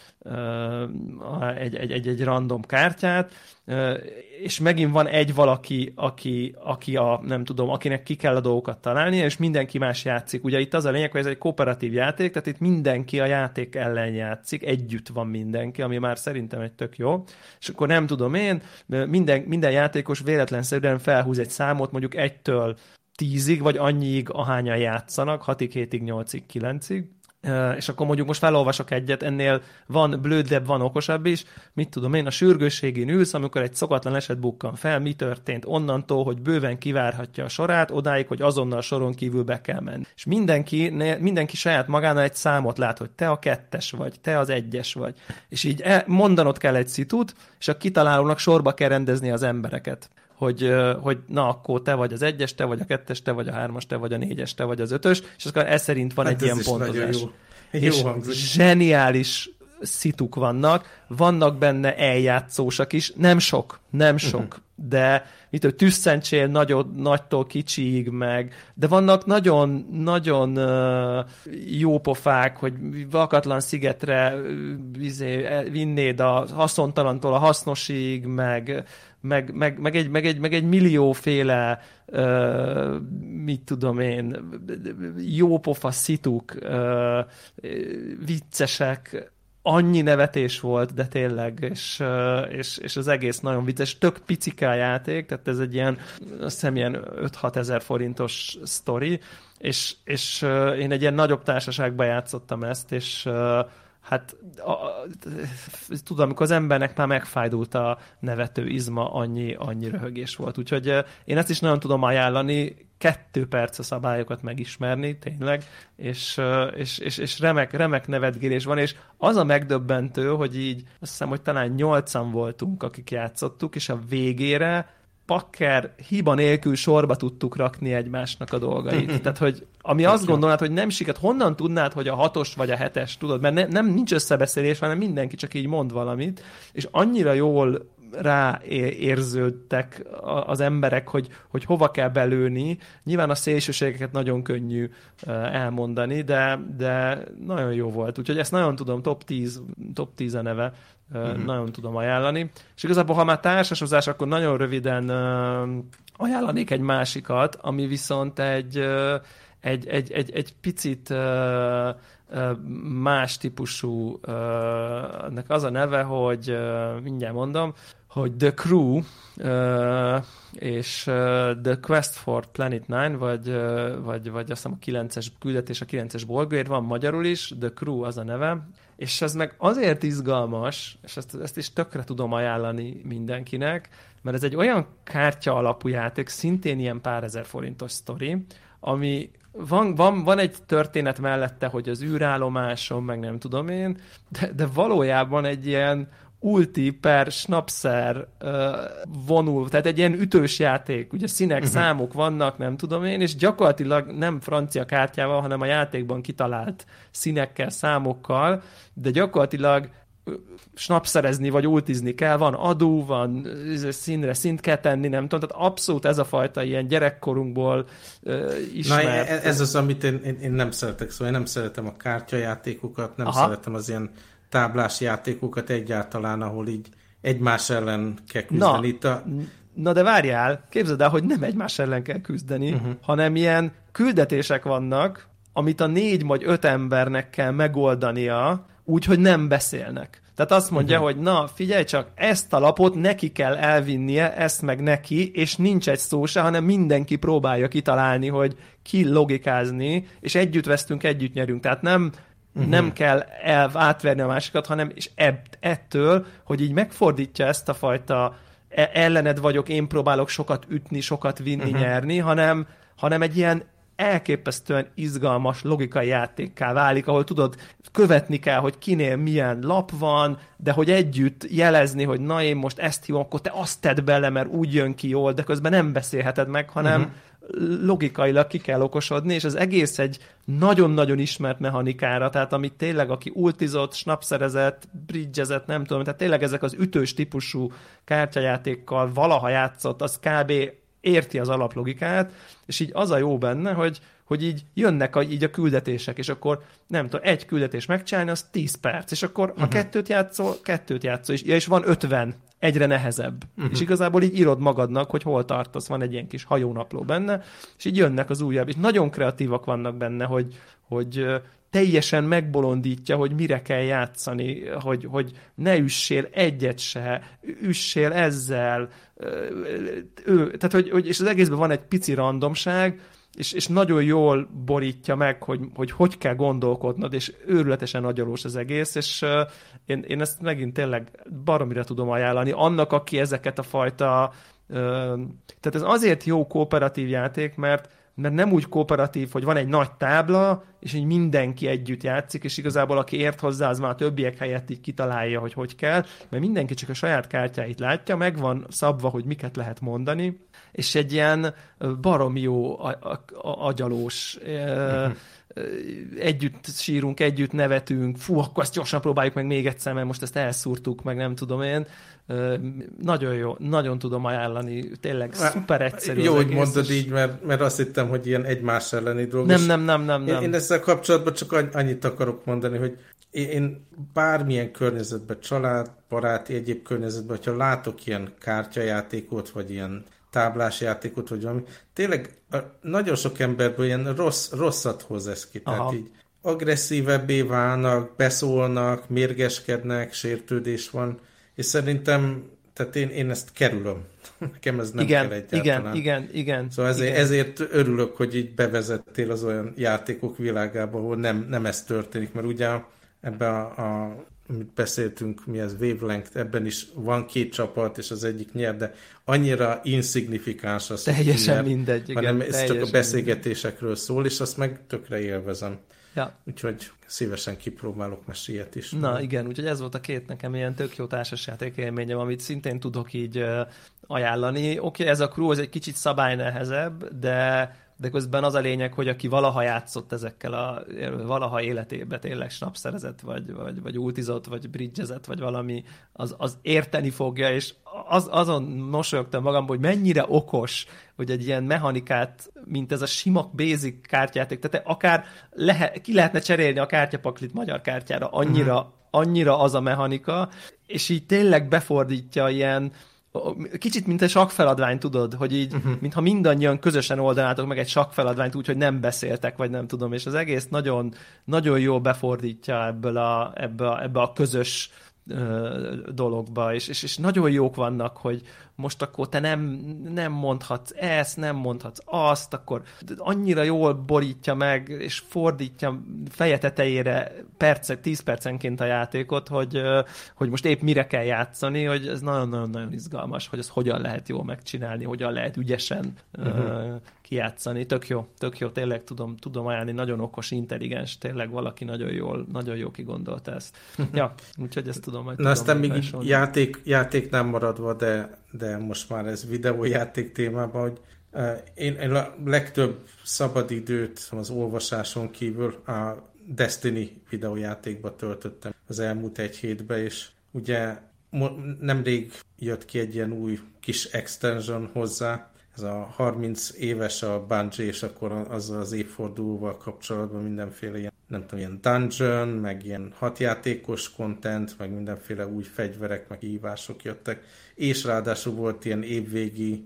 egy random kártyát, és megint van egy valaki, aki nem tudom, akinek ki kell a dolgokat találnia, és mindenki más játszik. Ugye itt az a lényeg, hogy ez egy kooperatív játék, tehát itt mindenki a játék ellen játszik, együtt van mindenki, ami már szerintem egy tök jó. És akkor nem tudom én, minden játékos véletlenszerűen felhúz egy számot, mondjuk 1-től 10-ig, vagy annyiig, ahányan játszanak, 6-ig, 7-ig, 8-ig, 9-ig, és akkor mondjuk most felolvasok egyet, ennél van blödebb, van okosabb is, mit tudom én, a sürgősségén ülsz, amikor egy szokatlan eset bukkan fel, mi történt onnantól, hogy bőven kivárhatja a sorát, odáig, hogy azonnal soron kívül be kell menni. És mindenki saját magánál egy számot lát, hogy te a 2-es vagy, te az 1-es vagy, és így mondanod kell egy szitut, és a kitalálónak sorba kell rendezni az embereket. Hogy na, akkor te vagy az 1-es, te vagy a 2-es, te vagy a 3-as, te vagy a 4-es, te vagy az 5-ös, és akkor ez szerint van egy ilyen pontozás. És zseniális szituk vannak benne eljátszósak is, nem sok, de tüsszentsél nagytól kicsiig meg, de vannak nagyon jó pofák, hogy vakatlan szigetre vinnéd a haszontalantól a hasznosig, meg egy millióféle mit tudom én, jópofa szituk, viccesek, annyi nevetés volt, de tényleg, és az egész nagyon vicces, tök picike a játék, tehát ez egy ilyen, azt hiszem ilyen 5-6 ezer forintos sztori, és én egy ilyen nagyobb társaságban játszottam ezt, és hát tudom, amikor az embernek már megfájdult a nevető izma, annyi röhögés volt. Úgyhogy én ezt is nagyon tudom ajánlani, 2 perc a szabályokat megismerni, tényleg, és remek nevetgélés van, és az a megdöbbentő, hogy így azt hiszem, hogy talán 8-an voltunk, akik játszottuk, és a végére pakker hiba nélkül sorba tudtuk rakni egymásnak a dolgait. Tehát, hogy ami azt gondolnád, hogy nem siket, honnan tudnád, hogy a 6-os vagy a 7-es, tudod? Mert nincs összebeszélés, hanem mindenki csak így mond valamit, és annyira jól ráérződtek az emberek, hogy hova kell belőni. Nyilván a szélsőségeket nagyon könnyű elmondani, de nagyon jó volt. Úgyhogy ezt nagyon tudom, top 10 a neve, nagyon tudom ajánlani. És igazából, ha már társasozás, akkor nagyon röviden ajánlanék egy másikat, ami viszont egy picit más típusú, ennek az a neve, hogy mindjárt mondom, hogy The Crew és The Quest for Planet 9, vagy azt hiszem a 9-es küldetés, a 9-es bolygóért van magyarul is, The Crew az a neve, és ez meg azért izgalmas, és ezt is tökre tudom ajánlani mindenkinek, mert ez egy olyan kártya alapú játék, szintén ilyen pár ezer forintos sztori, ami van egy történet mellette, hogy az űrállomáson, meg nem tudom én, de valójában egy ilyen ulti per snapszer vonul, tehát egy ilyen ütős játék, ugye színek, számok vannak, nem tudom én, és gyakorlatilag nem francia kártyával, hanem a játékban kitalált színekkel, számokkal, de gyakorlatilag snapszerezni vagy ultizni kell, van adó, van színre szint kell tenni, nem tudom, tehát abszolút ez a fajta ilyen gyerekkorunkból ismert. Na, ez az, amit én nem szeretek, szóval én nem szeretem a kártyajátékokat, nem szeretem az ilyen táblás játékokat egyáltalán, ahol így egymás ellen kell küzdeni. Na de várjál, képzeld el, hogy nem egymás ellen kell küzdeni, hanem ilyen küldetések vannak, amit a 4 vagy 5 embernek kell megoldania, úgy, hogy nem beszélnek. Tehát azt mondja, hogy na, figyelj csak, ezt a lapot neki kell elvinnie, ezt meg neki, és nincs egy szó se, hanem mindenki próbálja kitalálni, hogy ki logikázni, és együtt vesztünk, együtt nyerünk. Tehát nem kell átverni a másikat, hanem és ettől, hogy így megfordítja ezt a fajta ellened vagyok, én próbálok sokat ütni, sokat vinni, nyerni, hanem egy ilyen elképesztően izgalmas logikai játékká válik, ahol tudod, követni kell, hogy kinél milyen lap van, de hogy együtt jelezni, hogy na én most ezt hívom, akkor te azt tedd bele, mert úgy jön ki jól, de közben nem beszélheted meg, hanem logikailag ki kell okosodni, és az egész egy nagyon-nagyon ismert mechanikára, tehát amit tényleg, aki ultizott, snapszerezett, bridgezett, nem tudom, tehát tényleg ezek az ütős típusú kártyajátékkal valaha játszott, az kb. Érti az alaplogikát, és így az a jó benne, hogy hogy így jönnek így a küldetések, és akkor nem tudom, egy küldetés megcsinálni, az 10 perc, és akkor ha kettőt játszol, és van 50, egyre nehezebb. És igazából így írod magadnak, hogy hol tartasz, van egy ilyen kis hajónapló benne, és így jönnek az újabb, és nagyon kreatívak vannak benne, hogy teljesen megbolondítja, hogy mire kell játszani, hogy ne üssél egyet se, üssél ezzel, tehát, és az egészben van egy pici randomság, és nagyon jól borítja meg, hogy kell gondolkodnod, és őrületesen agyalós az egész, és én ezt megint tényleg baromira tudom ajánlani annak, aki ezeket a fajta... Tehát ez azért jó kooperatív játék, mert nem úgy kooperatív, hogy van egy nagy tábla, és így mindenki együtt játszik, és igazából aki ért hozzá, az már a többiek helyett így kitalálja, hogy kell, mert mindenki csak a saját kártyáit látja, meg van szabva, hogy miket lehet mondani, és egy ilyen baromi jó agyalós, együtt sírunk, együtt nevetünk, akkor ezt gyorsan próbáljuk meg még egyszer, mert most ezt elszúrtuk, meg nem tudom én. Nagyon jó, nagyon tudom ajánlani, tényleg szuper egyszerű. Jó, hogy mondod így, mert azt hittem, hogy ilyen egymás elleni dolgok. Nem. Én ezzel kapcsolatban csak annyit akarok mondani, hogy én bármilyen környezetben, család, baráti, egyéb környezetben, hogyha látok ilyen kártyajátékot, vagy ilyen táblás játékot, vagy valami, tényleg nagyon sok emberből ilyen rosszat hoz ez ki. Aha. Tehát így agresszívebbé válnak, beszólnak, mérgeskednek, sértődés van, és szerintem, tehát én ezt kerülöm. Nekem ez nem kell egyáltalán. Igen. Szóval ezért örülök, hogy így bevezettél az olyan játékok világába, ahol nem ez történik, mert ugye ebben amit beszéltünk, mi ez, Wavelength, ebben is van 2 csapat, és az egyik nyer, de annyira insignifikáns az, teljesen nyer, mindegy, igen, hanem ez csak a beszélgetésekről szól, és azt meg tökre élvezem. Ja. Úgyhogy szívesen kipróbálok most ilyet is. Na igen, úgyhogy ez volt a 2 nekem ilyen tök jó társasjáték élményem, amit szintén tudok így ajánlani. Oké, ez a crew, ez egy kicsit szabálynehezebb, de közben az a lényeg, hogy aki valaha játszott ezekkel valaha életében tényleg snapszerezett, vagy ultizott, vagy bridgezett, vagy valami, az érteni fogja, és azon mosolyogtam magamban, hogy mennyire okos, hogy egy ilyen mechanikát, mint ez a sima basic kártyáték, tehát akár ki lehetne cserélni a kártyapaklit magyar kártyára, annyira az a mechanika, és így tényleg befordítja ilyen, kicsit, mint egy sakkfeladvány, tudod, hogy így, mintha mindannyian közösen oldanátok meg egy sakkfeladványt úgy, hogy nem beszéltek, vagy nem tudom, és az egész nagyon, nagyon jól befordítja ebbe a közös dologba, és nagyon jók vannak, hogy most akkor te nem mondhatsz ezt, nem mondhatsz azt, akkor annyira jól borítja meg, és fordítja feje tetejére 10 percenként a játékot, hogy most épp mire kell játszani, hogy ez nagyon-nagyon izgalmas, hogy ezt hogyan lehet jól megcsinálni, hogyan lehet ügyesen kijátszani. Tök jó, tényleg tudom ajánlani, nagyon okos, intelligens, tényleg valaki nagyon jól kigondolta ezt. Ja, úgyhogy ezt tudom, hogy aztán még játék nem maradva, de most már ez videójáték témában, hogy én a legtöbb szabadidőt az olvasáson kívül a Destiny videójátékba töltöttem az elmúlt 1 hétben, és ugye nemrég jött ki egy ilyen új kis extension hozzá, ez a 30 éves a Bungie, és akkor az évfordulóval kapcsolatban mindenféle ilyen, nem tudom, ilyen dungeon, meg ilyen 6 játékos content, meg mindenféle új fegyverek, meg hívások jöttek, és ráadásul volt ilyen évvégi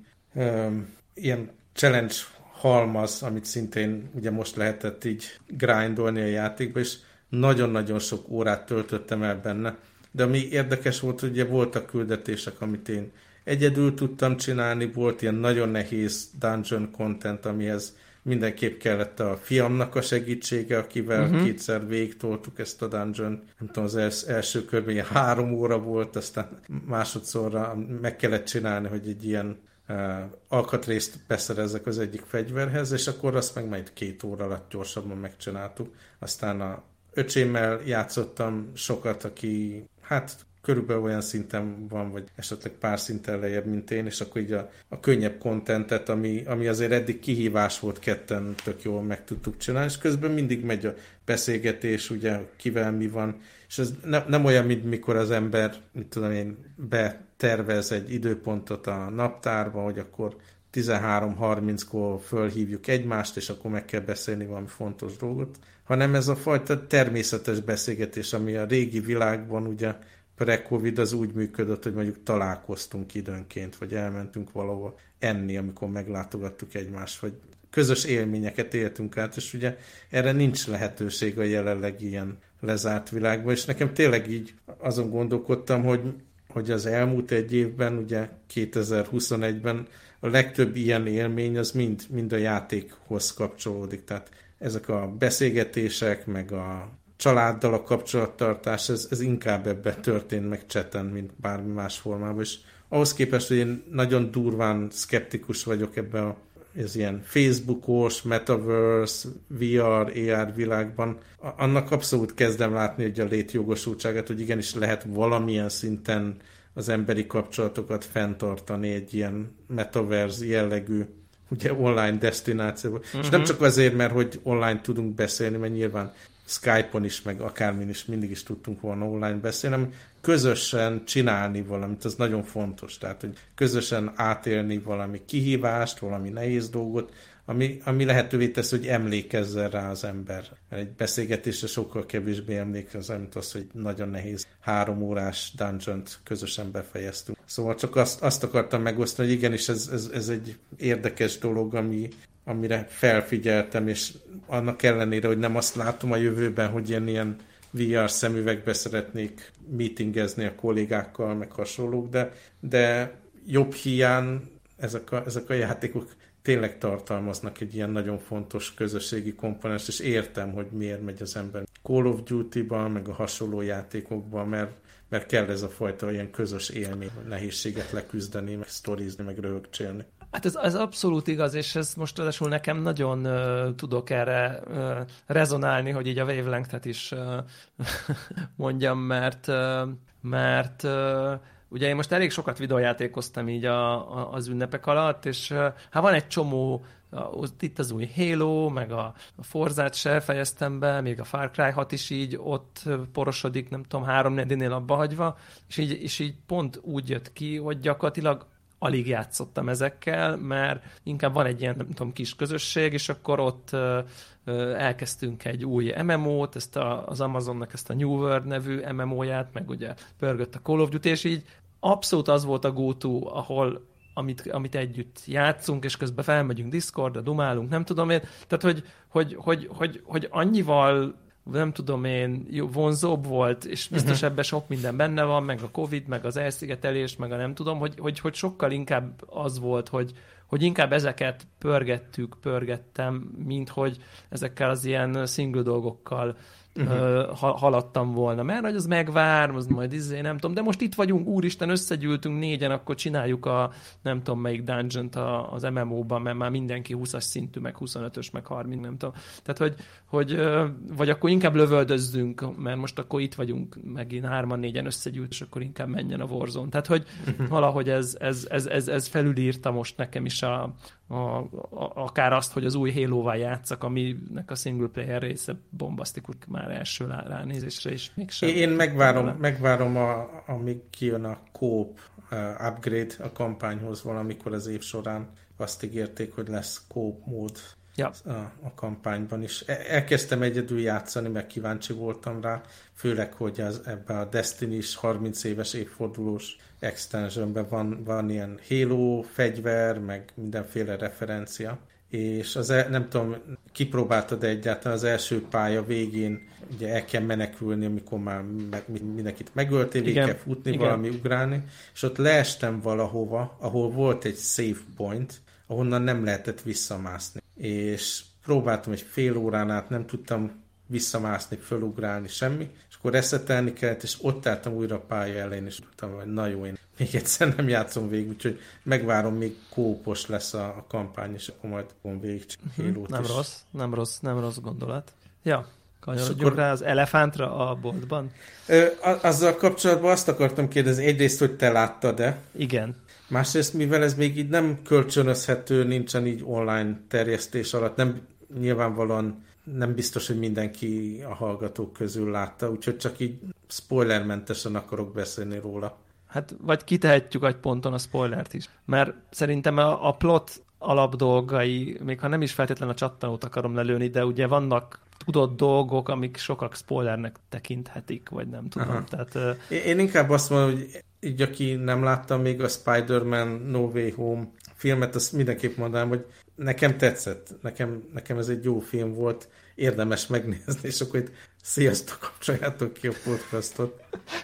ilyen challenge halmaz, amit szintén ugye most lehetett így grindolni a játékba, és nagyon-nagyon sok órát töltöttem el benne. De ami érdekes volt, hogy ugye voltak küldetések, amit én egyedül tudtam csinálni, volt ilyen nagyon nehéz dungeon content, amihez mindenképp kellett a fiamnak a segítsége, akivel 2-szer végigtoltuk ezt a dungeon. Nem tudom, az első körben ilyen 3 óra volt, aztán másodszorra meg kellett csinálni, hogy egy ilyen alkatrészt beszerezzek az egyik fegyverhez, és akkor azt meg majd 2 óra alatt gyorsabban megcsináltuk. Aztán a öcsémmel játszottam sokat, aki hát körülbelül olyan szinten van, vagy esetleg pár szinten lejjebb, mint én, és akkor így a könnyebb kontentet, ami azért eddig kihívás volt, ketten tök jól meg tudtuk csinálni, és közben mindig megy a beszélgetés, ugye kivel mi van, és ez nem olyan, mint mikor az ember, mit tudom én, betervez egy időpontot a naptárba, hogy akkor 13:30-kor fölhívjuk egymást, és akkor meg kell beszélni valami fontos dolgot, hanem ez a fajta természetes beszélgetés, ami a régi világban ugye pre-Covid az úgy működött, hogy mondjuk találkoztunk időnként, vagy elmentünk valahova enni, amikor meglátogattuk egymást, vagy közös élményeket éltünk át, és ugye erre nincs lehetőség a jelenleg ilyen lezárt világban, és nekem tényleg így azon gondolkodtam, hogy az elmúlt egy évben, ugye 2021-ben a legtöbb ilyen élmény az mind a játékhoz kapcsolódik, tehát ezek a beszélgetések, meg a családdal a kapcsolattartás, ez inkább ebben történt meg chaten, mint bármi más formában, és ahhoz képest, hogy én nagyon durván szkeptikus vagyok ebben ez ilyen Facebookos, Metaverse, VR, AR világban, annak abszolút kezdem látni, hogy a létjogosultságát, hogy igenis lehet valamilyen szinten az emberi kapcsolatokat fenntartani egy ilyen metaverse jellegű ugye online destinációban. És nem csak azért, mert hogy online tudunk beszélni, mert nyilván Skype-on is, meg akármin is mindig is tudtunk volna online beszélni, hanem közösen csinálni valamit, az nagyon fontos. Tehát, hogy közösen átélni valami kihívást, valami nehéz dolgot, ami lehetővé tesz, hogy emlékezzen rá az ember. Mert egy beszélgetésre sokkal kevésbé emlékezzen, mint az, hogy nagyon nehéz 3 órás dungeont közösen befejeztünk. Szóval csak azt akartam megosztani, hogy igenis ez egy érdekes dolog, amire felfigyeltem, és annak ellenére, hogy nem azt látom a jövőben, hogy ilyen VR szemüvegbe szeretnék meetingezni a kollégákkal, meg hasonlók, de jobb hiány ezek a játékok tényleg tartalmaznak egy ilyen nagyon fontos közösségi komponens, és értem, hogy miért megy az ember Call of Duty-ban, meg a hasonló játékokban, mert kell ez a fajta ilyen közös élmény, nehézséget leküzdeni, meg sztorizni, meg röhögcsélni. Hát ez abszolút igaz, és ez most ráadásul nekem nagyon tudok erre rezonálni, hogy így a wavelength-et is mondjam, mert ugye én most elég sokat videójátékoztam így az ünnepek alatt, és hát van egy csomó, itt az új Halo, meg a Forzát se fejeztem be, még a Far Cry 6 is így ott porosodik, nem tudom, 3-4-nél abba hagyva, és így pont úgy jött ki, hogy gyakorlatilag alig játszottam ezekkel, mert inkább van egy ilyen, nem tudom, kis közösség, és akkor ott elkezdtünk egy új MMO-t, az Amazonnak ezt a New World nevű MMO-ját, meg ugye pörgött a Call of Duty, és így abszolút az volt a go-to, ahol amit együtt játszunk, és közben felmegyünk Discordra, dumálunk, nem tudom én, tehát hogy annyival nem tudom én, vonzóbb volt, és biztos ebben sok minden benne van, meg a Covid, meg az elszigetelés, meg a nem tudom, hogy sokkal inkább az volt, hogy inkább ezeket pörgettem, mint hogy ezekkel az ilyen single dolgokkal haladtam volna, mert hogy az megvár, az majd nem tudom, de most itt vagyunk, úristen, összegyűltünk 4-en, akkor csináljuk a nem tudom melyik dungeont az MMO-ban, mert már mindenki 20-as szintű, meg 25-ös, meg 30, nem tudom. Tehát, hogy vagy akkor inkább lövöldözzünk, mert most akkor itt vagyunk, megint 3-4-en összegyűlt, és akkor inkább menjen a Warzone. Tehát, hogy valahogy ez felülírta most nekem is akár azt, hogy az új Halo-val játszak, aminek a single player része bombasztikus már első ránézésre is mégsem. Én megvárom amíg kijön a co-op upgrade a kampányhoz valamikor az év során. Azt ígérték, hogy lesz co-op mód a kampányban is. Elkezdtem egyedül játszani, mert kíváncsi voltam rá, főleg, hogy ebben a Destiny-s 30 éves évfordulós extensionben van ilyen Halo fegyver, meg mindenféle referencia, és nem tudom, kipróbáltad egyáltalán az első pálya végén, ugye el kell menekülni, amikor már mindenkit megöltél, végig kell futni, valami ugrálni, és ott leestem valahova, ahol volt egy save point, ahonnan nem lehetett visszamászni. És próbáltam egy fél órán át, nem tudtam visszamászni, fölugrálni, semmi, és akkor reszetelni kellett, és ott álltam újra a pálya elején, és tudtam, hogy na jó, én még egyszer nem játszom végig, úgyhogy megvárom, még kópos lesz a kampány, és akkor majd végig Halo-t is. Nem rossz gondolat. Ja, kanyarodjunk rá az elefántra a boltban. Azzal kapcsolatban azt akartam kérdezni, egyrészt, hogy te láttad-e? Igen. Másrészt, mivel ez még így nem kölcsönözhető, nincsen így online terjesztés alatt, nem nyilvánvalóan nem biztos, hogy mindenki a hallgatók közül látta, úgyhogy csak így spoilermentesen akarok beszélni róla. Hát vagy kitehetjük egy ponton a spoilert is. Mert szerintem a plot alapdolgai, még ha nem is feltétlenül a csattanót akarom lelőni, de ugye vannak tudott dolgok, amik sokak spoilernek tekinthetik, vagy nem tudom. Aha. Tehát, én inkább azt mondom, hogy így aki nem látta még a Spider-Man No Way Home filmet, azt mindenképp mondanám, hogy nekem tetszett. Nekem ez egy jó film volt, érdemes megnézni, és akkor itt sziasztok, kapcsoljátok ki a podcastot.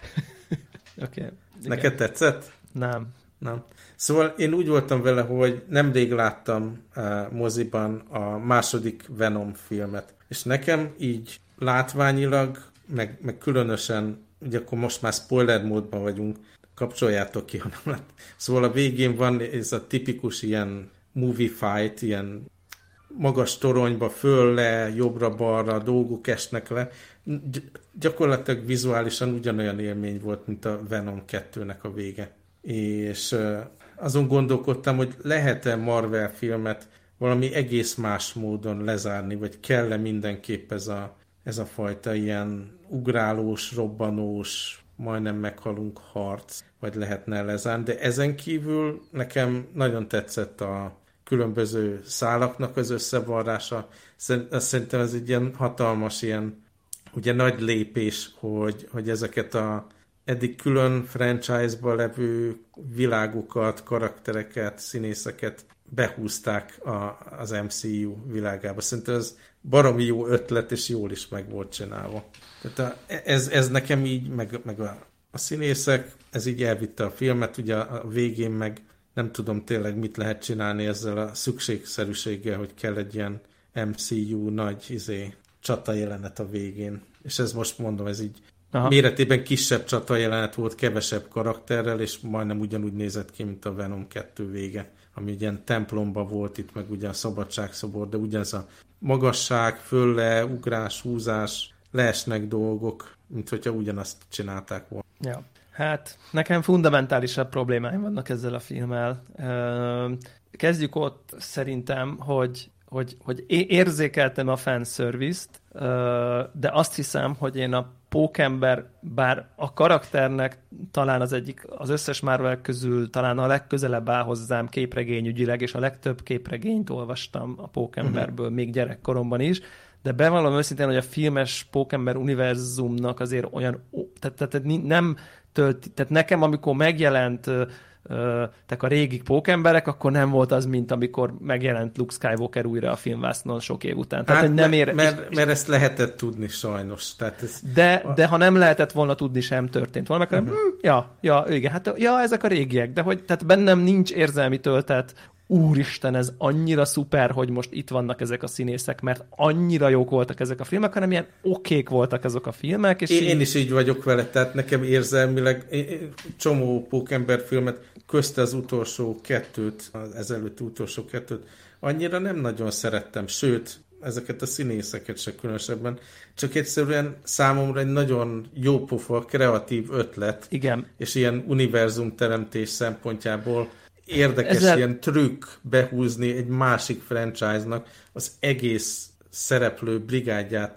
Okay. Neked tetszett? Nem. Szóval én úgy voltam vele, hogy nemrég láttam moziban a második Venom filmet, és nekem így látványilag, meg különösen, ugye akkor most már spoiler módban vagyunk, kapcsoljátok ki, ha nem lát. Szóval a végén van ez a tipikus ilyen movie fight, ilyen magas toronyba, föl, le, jobbra-balra, dolgok esnek le. Gyakorlatilag vizuálisan ugyanolyan élmény volt, mint a Venom 2-nek a vége. És azon gondolkodtam, hogy lehet-e Marvel filmet valami egész más módon lezárni, vagy kell-e mindenképp ez a fajta ilyen ugrálós, robbanós, majdnem meghalunk harc, vagy lehetne lezárni. De ezen kívül nekem nagyon tetszett a különböző szálaknak az összevarrása. Szerintem ez egy ilyen hatalmas, ilyen ugye nagy lépés, hogy ezeket a eddig külön franchise-ba levő világokat, karaktereket, színészeket behúzták az MCU világába. Szerintem ez baromi jó ötlet, és jól is meg volt csinálva. Tehát ez nekem így, meg a színészek, ez így elvitte a filmet, ugye a végén meg nem tudom tényleg mit lehet csinálni ezzel a szükségszerűséggel, hogy kell egy ilyen MCU nagy csata jelenet a végén. És ez most mondom, ez így méretében kisebb csata jelenet volt, kevesebb karakterrel, és majdnem ugyanúgy nézett ki, mint a Venom 2 vége, ami ilyen templomba volt itt, meg ugye a szabadságszobor, de ugyanez a magasság, fölle, ugrás, húzás, leesnek dolgok, mint hogyha ugyanazt csinálták volna. Ja. Hát, nekem fundamentálisabb problémáim vannak ezzel a filmmel. Kezdjük ott szerintem, hogy érzékeltem a fanservice-t, de azt hiszem, hogy én a Pókember, bár a karakternek talán az összes Marvel közül talán a legközelebb áll hozzám képregényügyileg, és a legtöbb képregényt olvastam a Pókemberből még gyerekkoromban is, de bevallom őszintén, hogy a filmes Pókember univerzumnak azért olyan, tehát nem tehát nekem, amikor megjelent a régi pókemberek, akkor nem volt az, mint amikor megjelent Luke Skywalker újra a filmvásznon sok év után. Tehát, hát nem mert ezt lehetett tudni sajnos. Tehát de ha nem lehetett volna tudni, sem történt volna, akkor igen, ezek a régiek, de hogy tehát bennem nincs érzelmi töltet, úristen, ez annyira szuper, hogy most itt vannak ezek a színészek, mert annyira jók voltak ezek a filmek, hanem ilyen okék voltak ezek a filmek. És én is így vagyok vele, tehát nekem érzelmileg csomó pókember filmet, közte az utolsó kettőt, az ezelőtti utolsó kettőt, annyira nem nagyon szerettem, sőt, ezeket a színészeket se különösebben, csak egyszerűen számomra egy nagyon jópofa, kreatív ötlet, igen. És ilyen univerzumteremtés szempontjából érdekes ilyen trükk behúzni egy másik franchise-nak az egész szereplő brigádját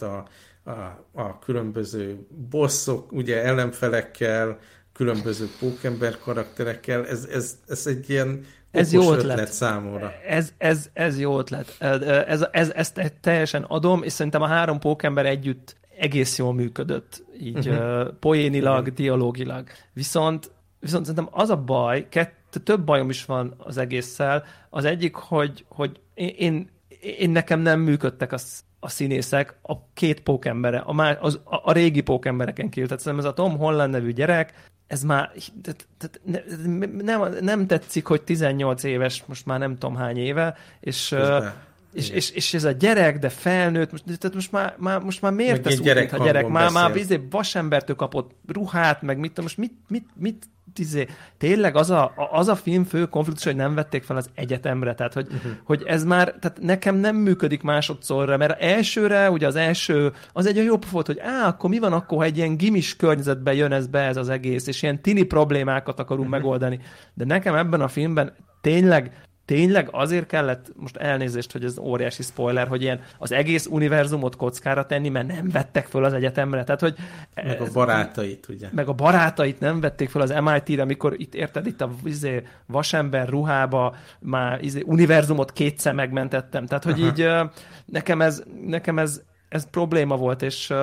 a különböző bosszok, ugye ellenfelekkel, különböző pókember karakterekkel. Ez egy ilyen okos ötlet számomra. Ez jó ötlet. Ezt teljesen adom, és szerintem a 3 pókember együtt egész jól működött. Így poénilag, dialógilag. Viszont szerintem az a baj, több bajom is van az egésszel. Az egyik, hogy én nekem nem működtek a színészek, a 2 pókembere, a régi pókembereken kívül. Tehát szerintem ez a Tom Holland nevű gyerek, ez már nem tetszik, hogy 18 éves, most már nem tudom hány éve, és ez a gyerek, de felnőtt, most már miért tesz úgy, mint a gyerek? Már vasembertől kapott ruhát, meg mit tudom, most mit tényleg az a film fő konfliktus, hogy nem vették fel az egyetemre, tehát hogy ez már, tehát nekem nem működik másodszorra, mert elsőre, ugye az első, az egy jobb volt, hogy akkor mi van akkor, ha egy ilyen gimis környezetben jön ez az egész, és ilyen tini problémákat akarunk megoldani. De nekem ebben a filmben tényleg tényleg azért kellett, most elnézést, hogy ez óriási spoiler, hogy ilyen az egész univerzumot kockára tenni, mert nem vettek föl az egyetemre. Tehát, hogy meg a barátait, ugye? Meg a barátait nem vették föl az MIT-re, amikor itt a vasember ruhába már univerzumot kétszer megmentettem. Tehát, hogy így nekem ez probléma volt,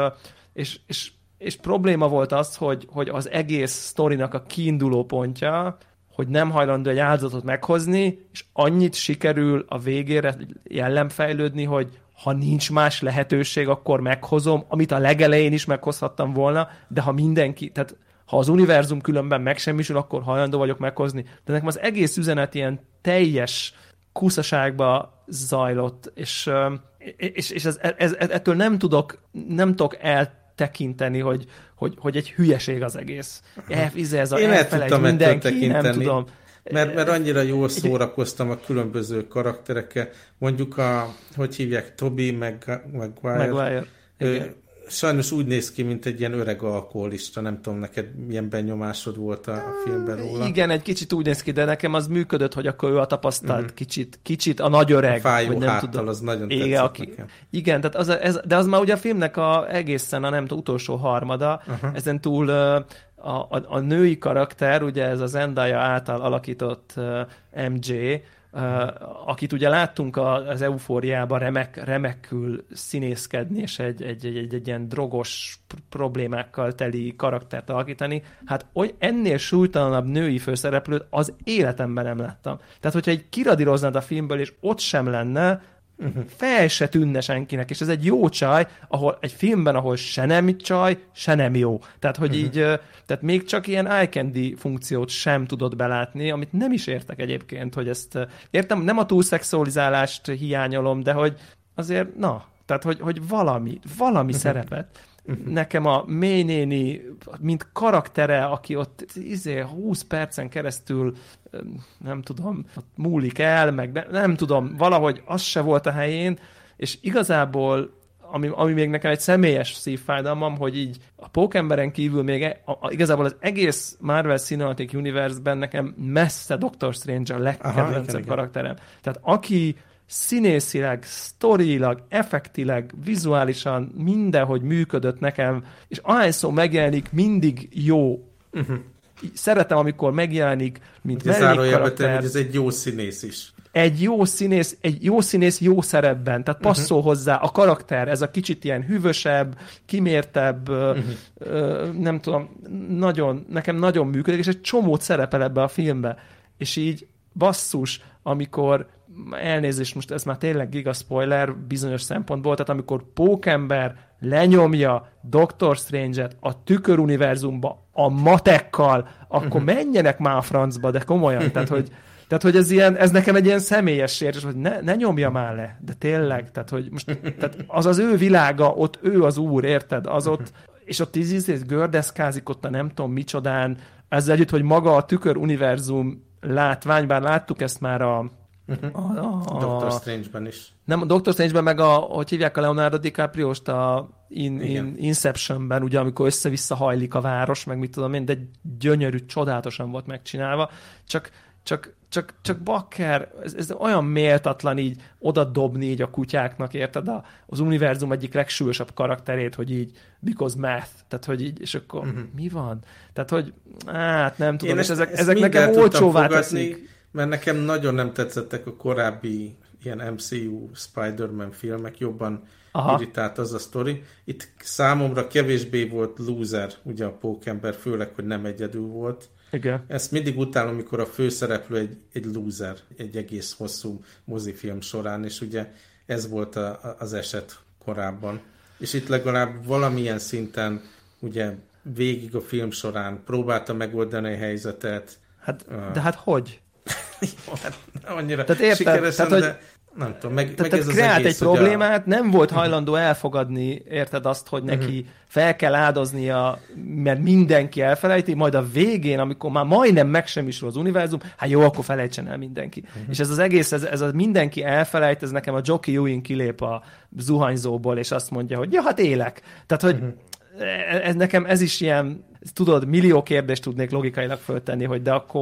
és probléma volt az, hogy az egész sztorinak a kiinduló pontja, hogy nem hajlandó egy áldozatot meghozni, és annyit sikerül a végére jellemfejlődni, hogy ha nincs más lehetőség, akkor meghozom, amit a legelején is meghozhattam volna, de ha tehát ha az univerzum különben megsemmisül, akkor hajlandó vagyok meghozni. De nekem az egész üzenet ilyen teljes kuszaságba zajlott, és ettől nem tudok eltekinteni, hogy egy hülyeség az egész. Én el tudtam ettől tekinteni, nem tudom. Mert annyira jól szórakoztam a különböző karakterekkel. Mondjuk hogy hívják, Tobey Maguire. Sajnos úgy néz ki, mint egy ilyen öreg alkoholista. Nem tudom, neked milyen benyomásod volt a filmben róla. Igen, egy kicsit úgy néz ki, de nekem az működött, hogy akkor ő a tapasztalt kicsit a nagy öreg. A fájó nem háttal, tudom. Az nagyon tetszett nekem. Igen, tehát de az már ugye a filmnek egészen a utolsó harmada. Ezen túl a női karakter, ugye ez a Zendaya által alakított MJ, akit ugye láttunk az Eufóriában remekül színészkedni, és egy ilyen drogos problémákkal teli karaktert alakítani, hát ennél súlytalanabb női főszereplőt az életemben nem láttam. Tehát, hogyha egy kiradíroznád a filmből, és ott sem lenne, fel se tűnne senkinek, és ez egy jó csaj, egy filmben, ahol se nem csaj, se nem jó. Tehát, hogy így, tehát még csak ilyen eye candy funkciót sem tudod belátni, amit nem is értek egyébként, hogy ezt értem, nem a túlszexualizálást hiányolom, de hogy azért, tehát, hogy valami szerepet. Nekem a May néni, mint karaktere, aki ott 20 percen keresztül nem tudom, ott múlik el, meg nem tudom, valahogy az se volt a helyén, és igazából ami még nekem egy személyes szívfájdalmam, hogy így a Pókemberen kívül még igazából az egész Marvel Cinematic Universe-ben nekem messze Doctor Strange a legkedvencebb karakterem. Tehát aki színészileg, sztorilag, effektileg, vizuálisan mindenhogy működött nekem, és ahányszor megjelenik, mindig jó. Szeretem, amikor megjelenik, mint mellékkarakter. Hogy ez egy jó színész is. Egy jó színész jó szerepben, tehát passzol hozzá a karakter, ez a kicsit ilyen hűvösebb, kimértebb, nem tudom, nekem nagyon működik, és egy csomót szerepel ebbe a filmbe. És így basszus, amikor elnézést, most ez már tényleg giga spoiler bizonyos szempontból, tehát amikor Pókember lenyomja Doctor Strange-et a tüköruniverzumba a matekkal, akkor menjenek már a francba, de komolyan, tehát, hogy ez nekem egy ilyen személyes sértés, hogy ne nyomja már le, de tényleg, tehát az az ő világa, ott ő az úr, érted? Az ott, és ott gördeszkázik ott a nem tudom micsodán, ezzel együtt, hogy maga a tüköruniverzum látvány, bár láttuk ezt már a Doctor Strange-ben is. Nem, a Doctor Strange-ben meg hogy hívják a Leonardo DiCaprio-st a Inception-ben, ugye, amikor össze-vissza hajlik a város, meg mit tudom én, de gyönyörű, csodálatosan volt megcsinálva. Csak bakker, ez olyan méltatlan így oda dobni így a kutyáknak, érted? Az univerzum egyik legsúlyosabb karakterét, hogy így because math, tehát hogy így, és akkor mi van? Tehát, hogy nem tudom, és ezek nekem olcsóvá teszik. Mert nekem nagyon nem tetszettek a korábbi ilyen MCU Spider-Man filmek, jobban irritált az a sztori. Itt számomra kevésbé volt loser, ugye a Pókember, főleg, hogy nem egyedül volt. Igen. Ezt mindig utálom, amikor a főszereplő egy loser, egy egész hosszú mozifilm során, és ugye ez volt az eset korábban. És itt legalább valamilyen szinten, ugye végig a film során próbálta megoldani a helyzetet. De hogy? Jó, hát annyira tehát sikeresen, tehát, de nem tudom, meg tehát ez az kreált egész, egy problémát, nem volt hajlandó elfogadni, érted azt, hogy neki fel kell áldoznia, mert mindenki elfelejti, majd a végén, amikor már majdnem megsemmisül az univerzum, hát jó, akkor felejtsen el mindenki. És ez az egész, ez a mindenki elfelejt, ez nekem a Jockey Ewing kilép a zuhanyzóból, és azt mondja, hogy ja, hát élek. Tehát, hogy nekem ez is ilyen, tudod, millió kérdést tudnék logikailag föltenni, hogy de akkor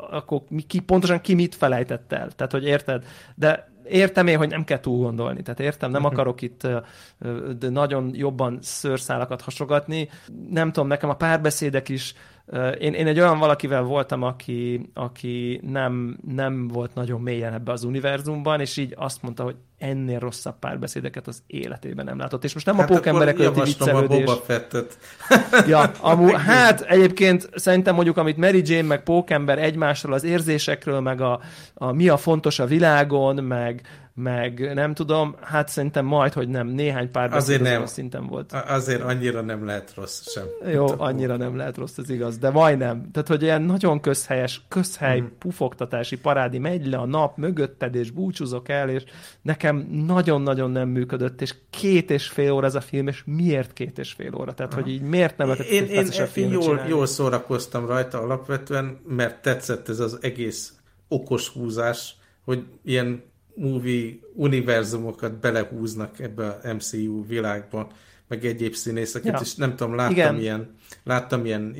akkor pontosan ki mit felejtett el. Tehát, hogy érted? De értem én, hogy nem kell túl gondolni. Tehát értem, nem akarok itt de nagyon jobban szőrszálakat hasogatni. Nem tudom, nekem a párbeszédek is, én egy olyan valakivel voltam, aki nem volt nagyon mélyen ebbe az univerzumban, és így azt mondta, hogy ennél rosszabb párbeszédeket az életében nem látott. És most nem a pókemberek közötti viccelődés. A Boba Fettet. Ja, hát egyébként szerintem mondjuk, amit Mary Jane meg pókember egymásról, az érzésekről, meg mi a fontos a világon, meg nem tudom, hát szerintem majd, hogy nem, néhány párbeszéd azon szinten volt. Azért annyira nem lehet rossz sem. Jó, annyira nem lehet rossz, ez igaz, de majdnem. Tehát, hogy ilyen nagyon közhely, pufogtatási parádi, megy le a nap mögötted, és búcsúzok el, és nekem nagyon-nagyon nem működött, és 2,5 óra ez a film, és miért 2,5 óra? Tehát, hogy így miért nem lehetett a filmet csinálni? Jól szórakoztam rajta alapvetően, mert tetszett ez az egész okos húzás, hogy ilyen movie univerzumokat belehúznak ebbe a MCU világba, meg egyéb színészeket, és nem tudom, láttam ilyen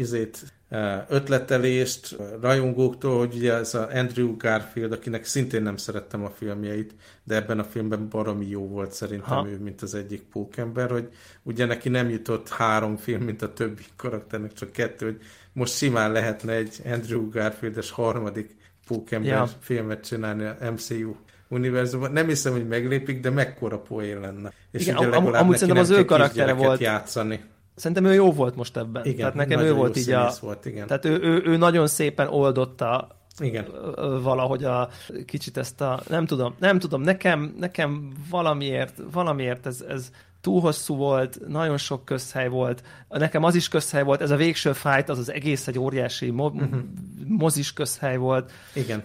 ötletelést rajongóktól, hogy ugye ez a Andrew Garfield, akinek szintén nem szerettem a filmjeit, de ebben a filmben baromi jó volt szerintem ő, mint az egyik pókember, hogy ugye neki nem jutott 3 film, mint a többi karakternek, csak 2, hogy most simán lehetne egy Andrew Garfield-es harmadik pókember filmet csinálni a MCU univerzumban. Nem hiszem, hogy meglépik, de mekkora poén lenne. És igen, amúgy szerintem az ő karaktere volt. Játszani. Szerintem ő jó volt most ebben. Igen, tehát nekem ő volt így volt, igen. Tehát ő nagyon szépen oldotta igen. Valahogy kicsit ezt nem tudom, nekem valamiért ez túl hosszú volt, nagyon sok közhely volt. Nekem az is közhely volt, ez a végső fight, az egész egy óriási mozis közhely volt. Igen.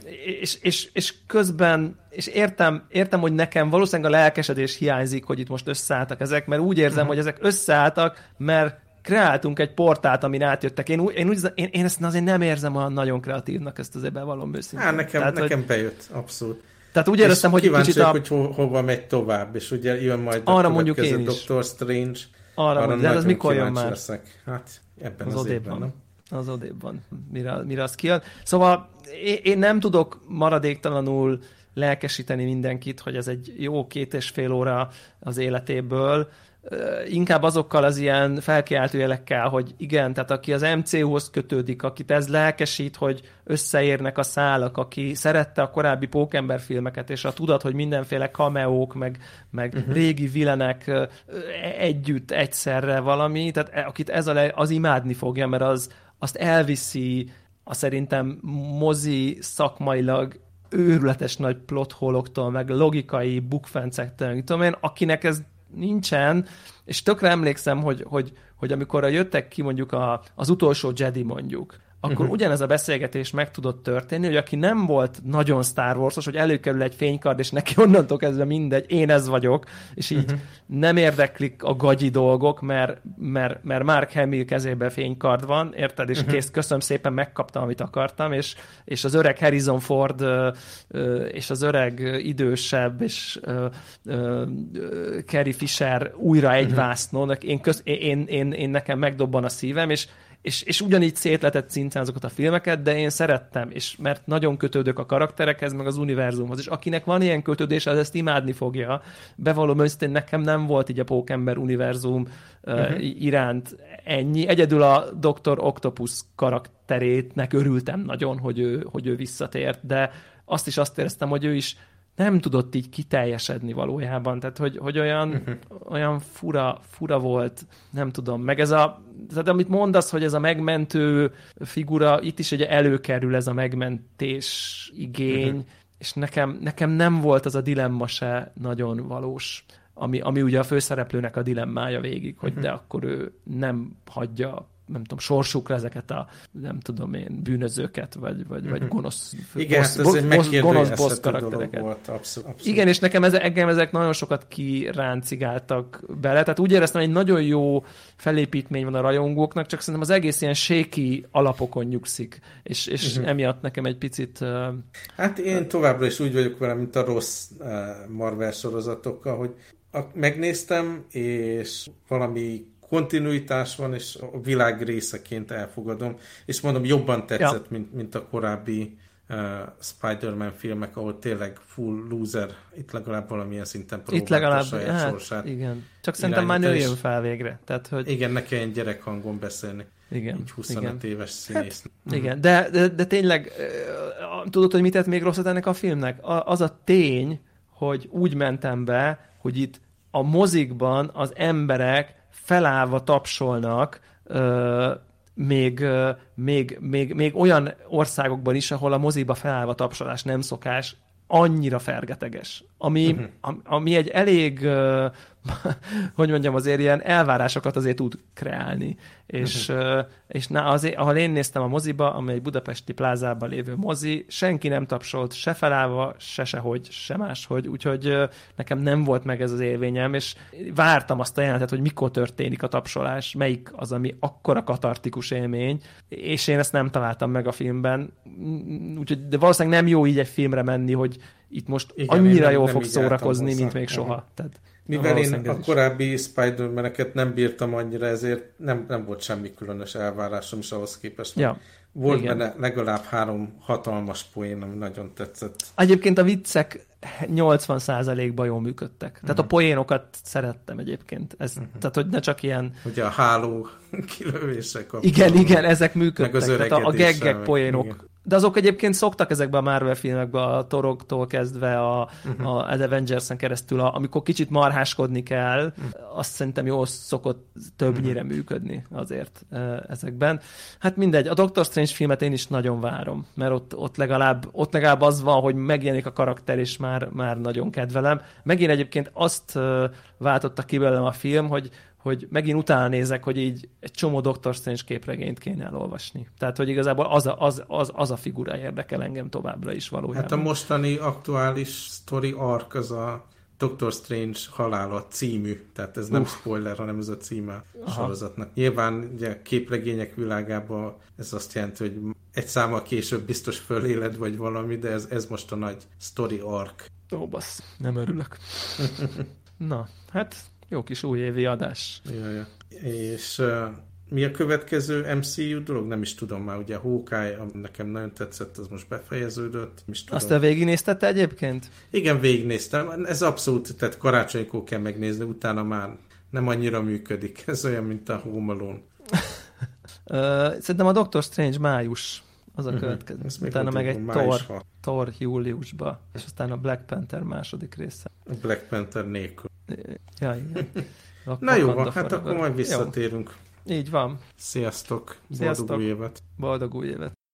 És közben, és értem, hogy nekem valószínűleg a lelkesedés hiányzik, hogy itt most összeálltak ezek, mert úgy érzem, hogy ezek összeálltak, mert kreáltunk egy portált, amin átjöttek. Én ezt azért nem érzem olyan nagyon kreatívnak, ezt azért bevallom őszintén. Nekem bejött, abszolút. Tehát úgy éreztem, hogy kicsit hogy hova megy tovább, és ugye jön majd arra mondjuk én is. Doctor Strange. Arra de ez mikor jön már? Leszek. Hát ebben az évben, nem? Az odébb van, mire az kijön. Szóval én nem tudok maradéktalanul lelkesíteni mindenkit, hogy ez egy jó 2,5 óra az életéből, inkább azokkal az ilyen felkiáltó jelekkel, hogy igen, tehát aki az MCU-hoz kötődik, akit ez lelkesít, hogy összeérnek a szálak, aki szerette a korábbi pókember filmeket, és a tudat, hogy mindenféle cameók, meg régi vilenek együtt, egyszerre valami, tehát akit ez az imádni fogja, mert azt elviszi szerintem mozi szakmailag őrületes nagy plotholoktól, meg logikai bukfencektől, tudom én, akinek ez nincsen, és tökre emlékszem, hogy amikor jöttek ki mondjuk az utolsó Jedi mondjuk, akkor ugyanez a beszélgetés meg tudott történni, hogy aki nem volt nagyon Star Wars-os, hogy előkerül egy fénykard, és neki onnantól kezdve mindegy, én ez vagyok, és így nem érdeklik a gagyi dolgok, mert Mark Hamill kezében fénykard van, érted? És kész, köszönöm szépen, megkaptam, amit akartam, és az öreg Harrison Ford, és az öreg idősebb, és Carrie Fisher újra egy vásznon, én nekem megdobban a szívem, és ugyanígy szét lehetett cincálni azokat a filmeket, de én szerettem, és mert nagyon kötődök a karakterekhez, meg az univerzumhoz, és akinek van ilyen kötődés, az ezt imádni fogja. Bevallom őszintén, nekem nem volt így a Pókember univerzum iránt ennyi. Egyedül a Dr. Octopus karakterétnek örültem nagyon, hogy ő visszatért, de azt éreztem, hogy ő is nem tudott így kiteljesedni valójában, tehát hogy olyan fura volt, nem tudom, meg tehát amit mondasz, hogy ez a megmentő figura, itt is ugye előkerül ez a megmentés igény, és nekem nem volt az a dilemma se nagyon valós, ami ugye a főszereplőnek a dilemmája végig, hogy de akkor ő nem hagyja, nem tudom, sorsukra ezeket a, nem tudom én, bűnözőket, vagy gonosz boss karaktereket. Volt, abszolút. Igen, és nekem ezek nagyon sokat kiráncigáltak bele, tehát úgy éreztem, hogy egy nagyon jó felépítmény van a rajongóknak, csak szerintem az egész ilyen shaky alapokon nyugszik, és emiatt nekem egy picit... Hát én továbbra is úgy vagyok vele, mint a rossz Marvel sorozatokkal, hogy megnéztem, és valami kontinuitás van, és a világ részeként elfogadom, és mondom, jobban tetszett, mint a korábbi Spider-Man filmek, ahol tényleg full loser, itt legalább valamilyen szinten próbálta a saját sorsát. Igen. Csak szerintem már nőjön fel végre. Tehát, hogy... Igen, ne kelljen gyerekhangon beszélni. Igen. Így 25 éves színész. Hát, igen, de tényleg tudod, hogy mit tett még rosszat ennek a filmnek? Az a tény, hogy úgy mentem be, hogy itt a mozikban az emberek felállva tapsolnak, még olyan országokban is, ahol a moziba felállva tapsolás nem szokás, annyira fergeteges. Ami egy elég, hogy mondjam, azért ilyen elvárásokat azért tud kreálni. És azért, ahol én néztem a moziba, amely egy budapesti plázában lévő mozi, senki nem tapsolt se felállva, sehogy, se máshogy, úgyhogy nekem nem volt meg ez az élményem, és vártam azt a jelenetet, hogy mikor történik a tapsolás, melyik az, ami akkora katartikus élmény, és én ezt nem találtam meg a filmben. Úgyhogy de valószínűleg nem jó így egy filmre menni, hogy itt most igen, annyira jól fog szórakozni, mint még soha. Tehát, mivel én a korábbi Spider-Man-eket nem bírtam annyira, ezért nem volt semmi különös elvárásom is ahhoz képest. Ja, volt benne legalább 3 hatalmas poén, ami nagyon tetszett. Egyébként a viccek 80%-ban jól működtek. Tehát a poénokat szerettem egyébként. Tehát, hogy ne csak ilyen... Ugye a háló kilövések. Igen, ezek működtek. Tehát a geggek poénok. Igen. De azok egyébként szoktak ezekben a Marvel filmekben, a Thoroktól kezdve az Avengers-en keresztül, amikor kicsit marháskodni kell, azt szerintem jól szokott többnyire működni azért ezekben. Hát mindegy, a Doctor Strange filmet én is nagyon várom, mert ott legalább az van, hogy megjelenik a karakter, és már nagyon kedvelem. Megint egyébként azt váltotta ki belőlem a film, hogy megint utána nézek, hogy így egy csomó Doctor Strange képregényt kéne elolvasni. Tehát, hogy igazából az a figura érdekel engem továbbra is valójában. Hát a mostani aktuális story arc az a Doctor Strange halála című, tehát ez nem spoiler, hanem ez a címe a sorozatnak. Nyilván ugye képregények világában ez azt jelenti, hogy egy számmal később biztos föléled vagy valami, de ez most a nagy story arc. Ó, bassz, nem örülök. Na, hát jó kis újévi adás. Ja. És mi a következő MCU dolog? Nem is tudom már, ugye Hawkeye, nekem nagyon tetszett, az most befejeződött. Azt te végignézted egyébként? Igen, végignéztem. Ez abszolút, tehát karácsonykor kell megnézni, utána már nem annyira működik. Ez olyan, mint a Home Alone. Szerintem a Doctor Strange május az a következő. Utána meg egy Thor júliusba, és aztán a Black Panther második része. A Black Panther nélkül. Ja, igen. Na jó van, hát akkor majd visszatérünk. Jó. Így van. Sziasztok! Sziasztok. Boldog új évet! Boldog új évet!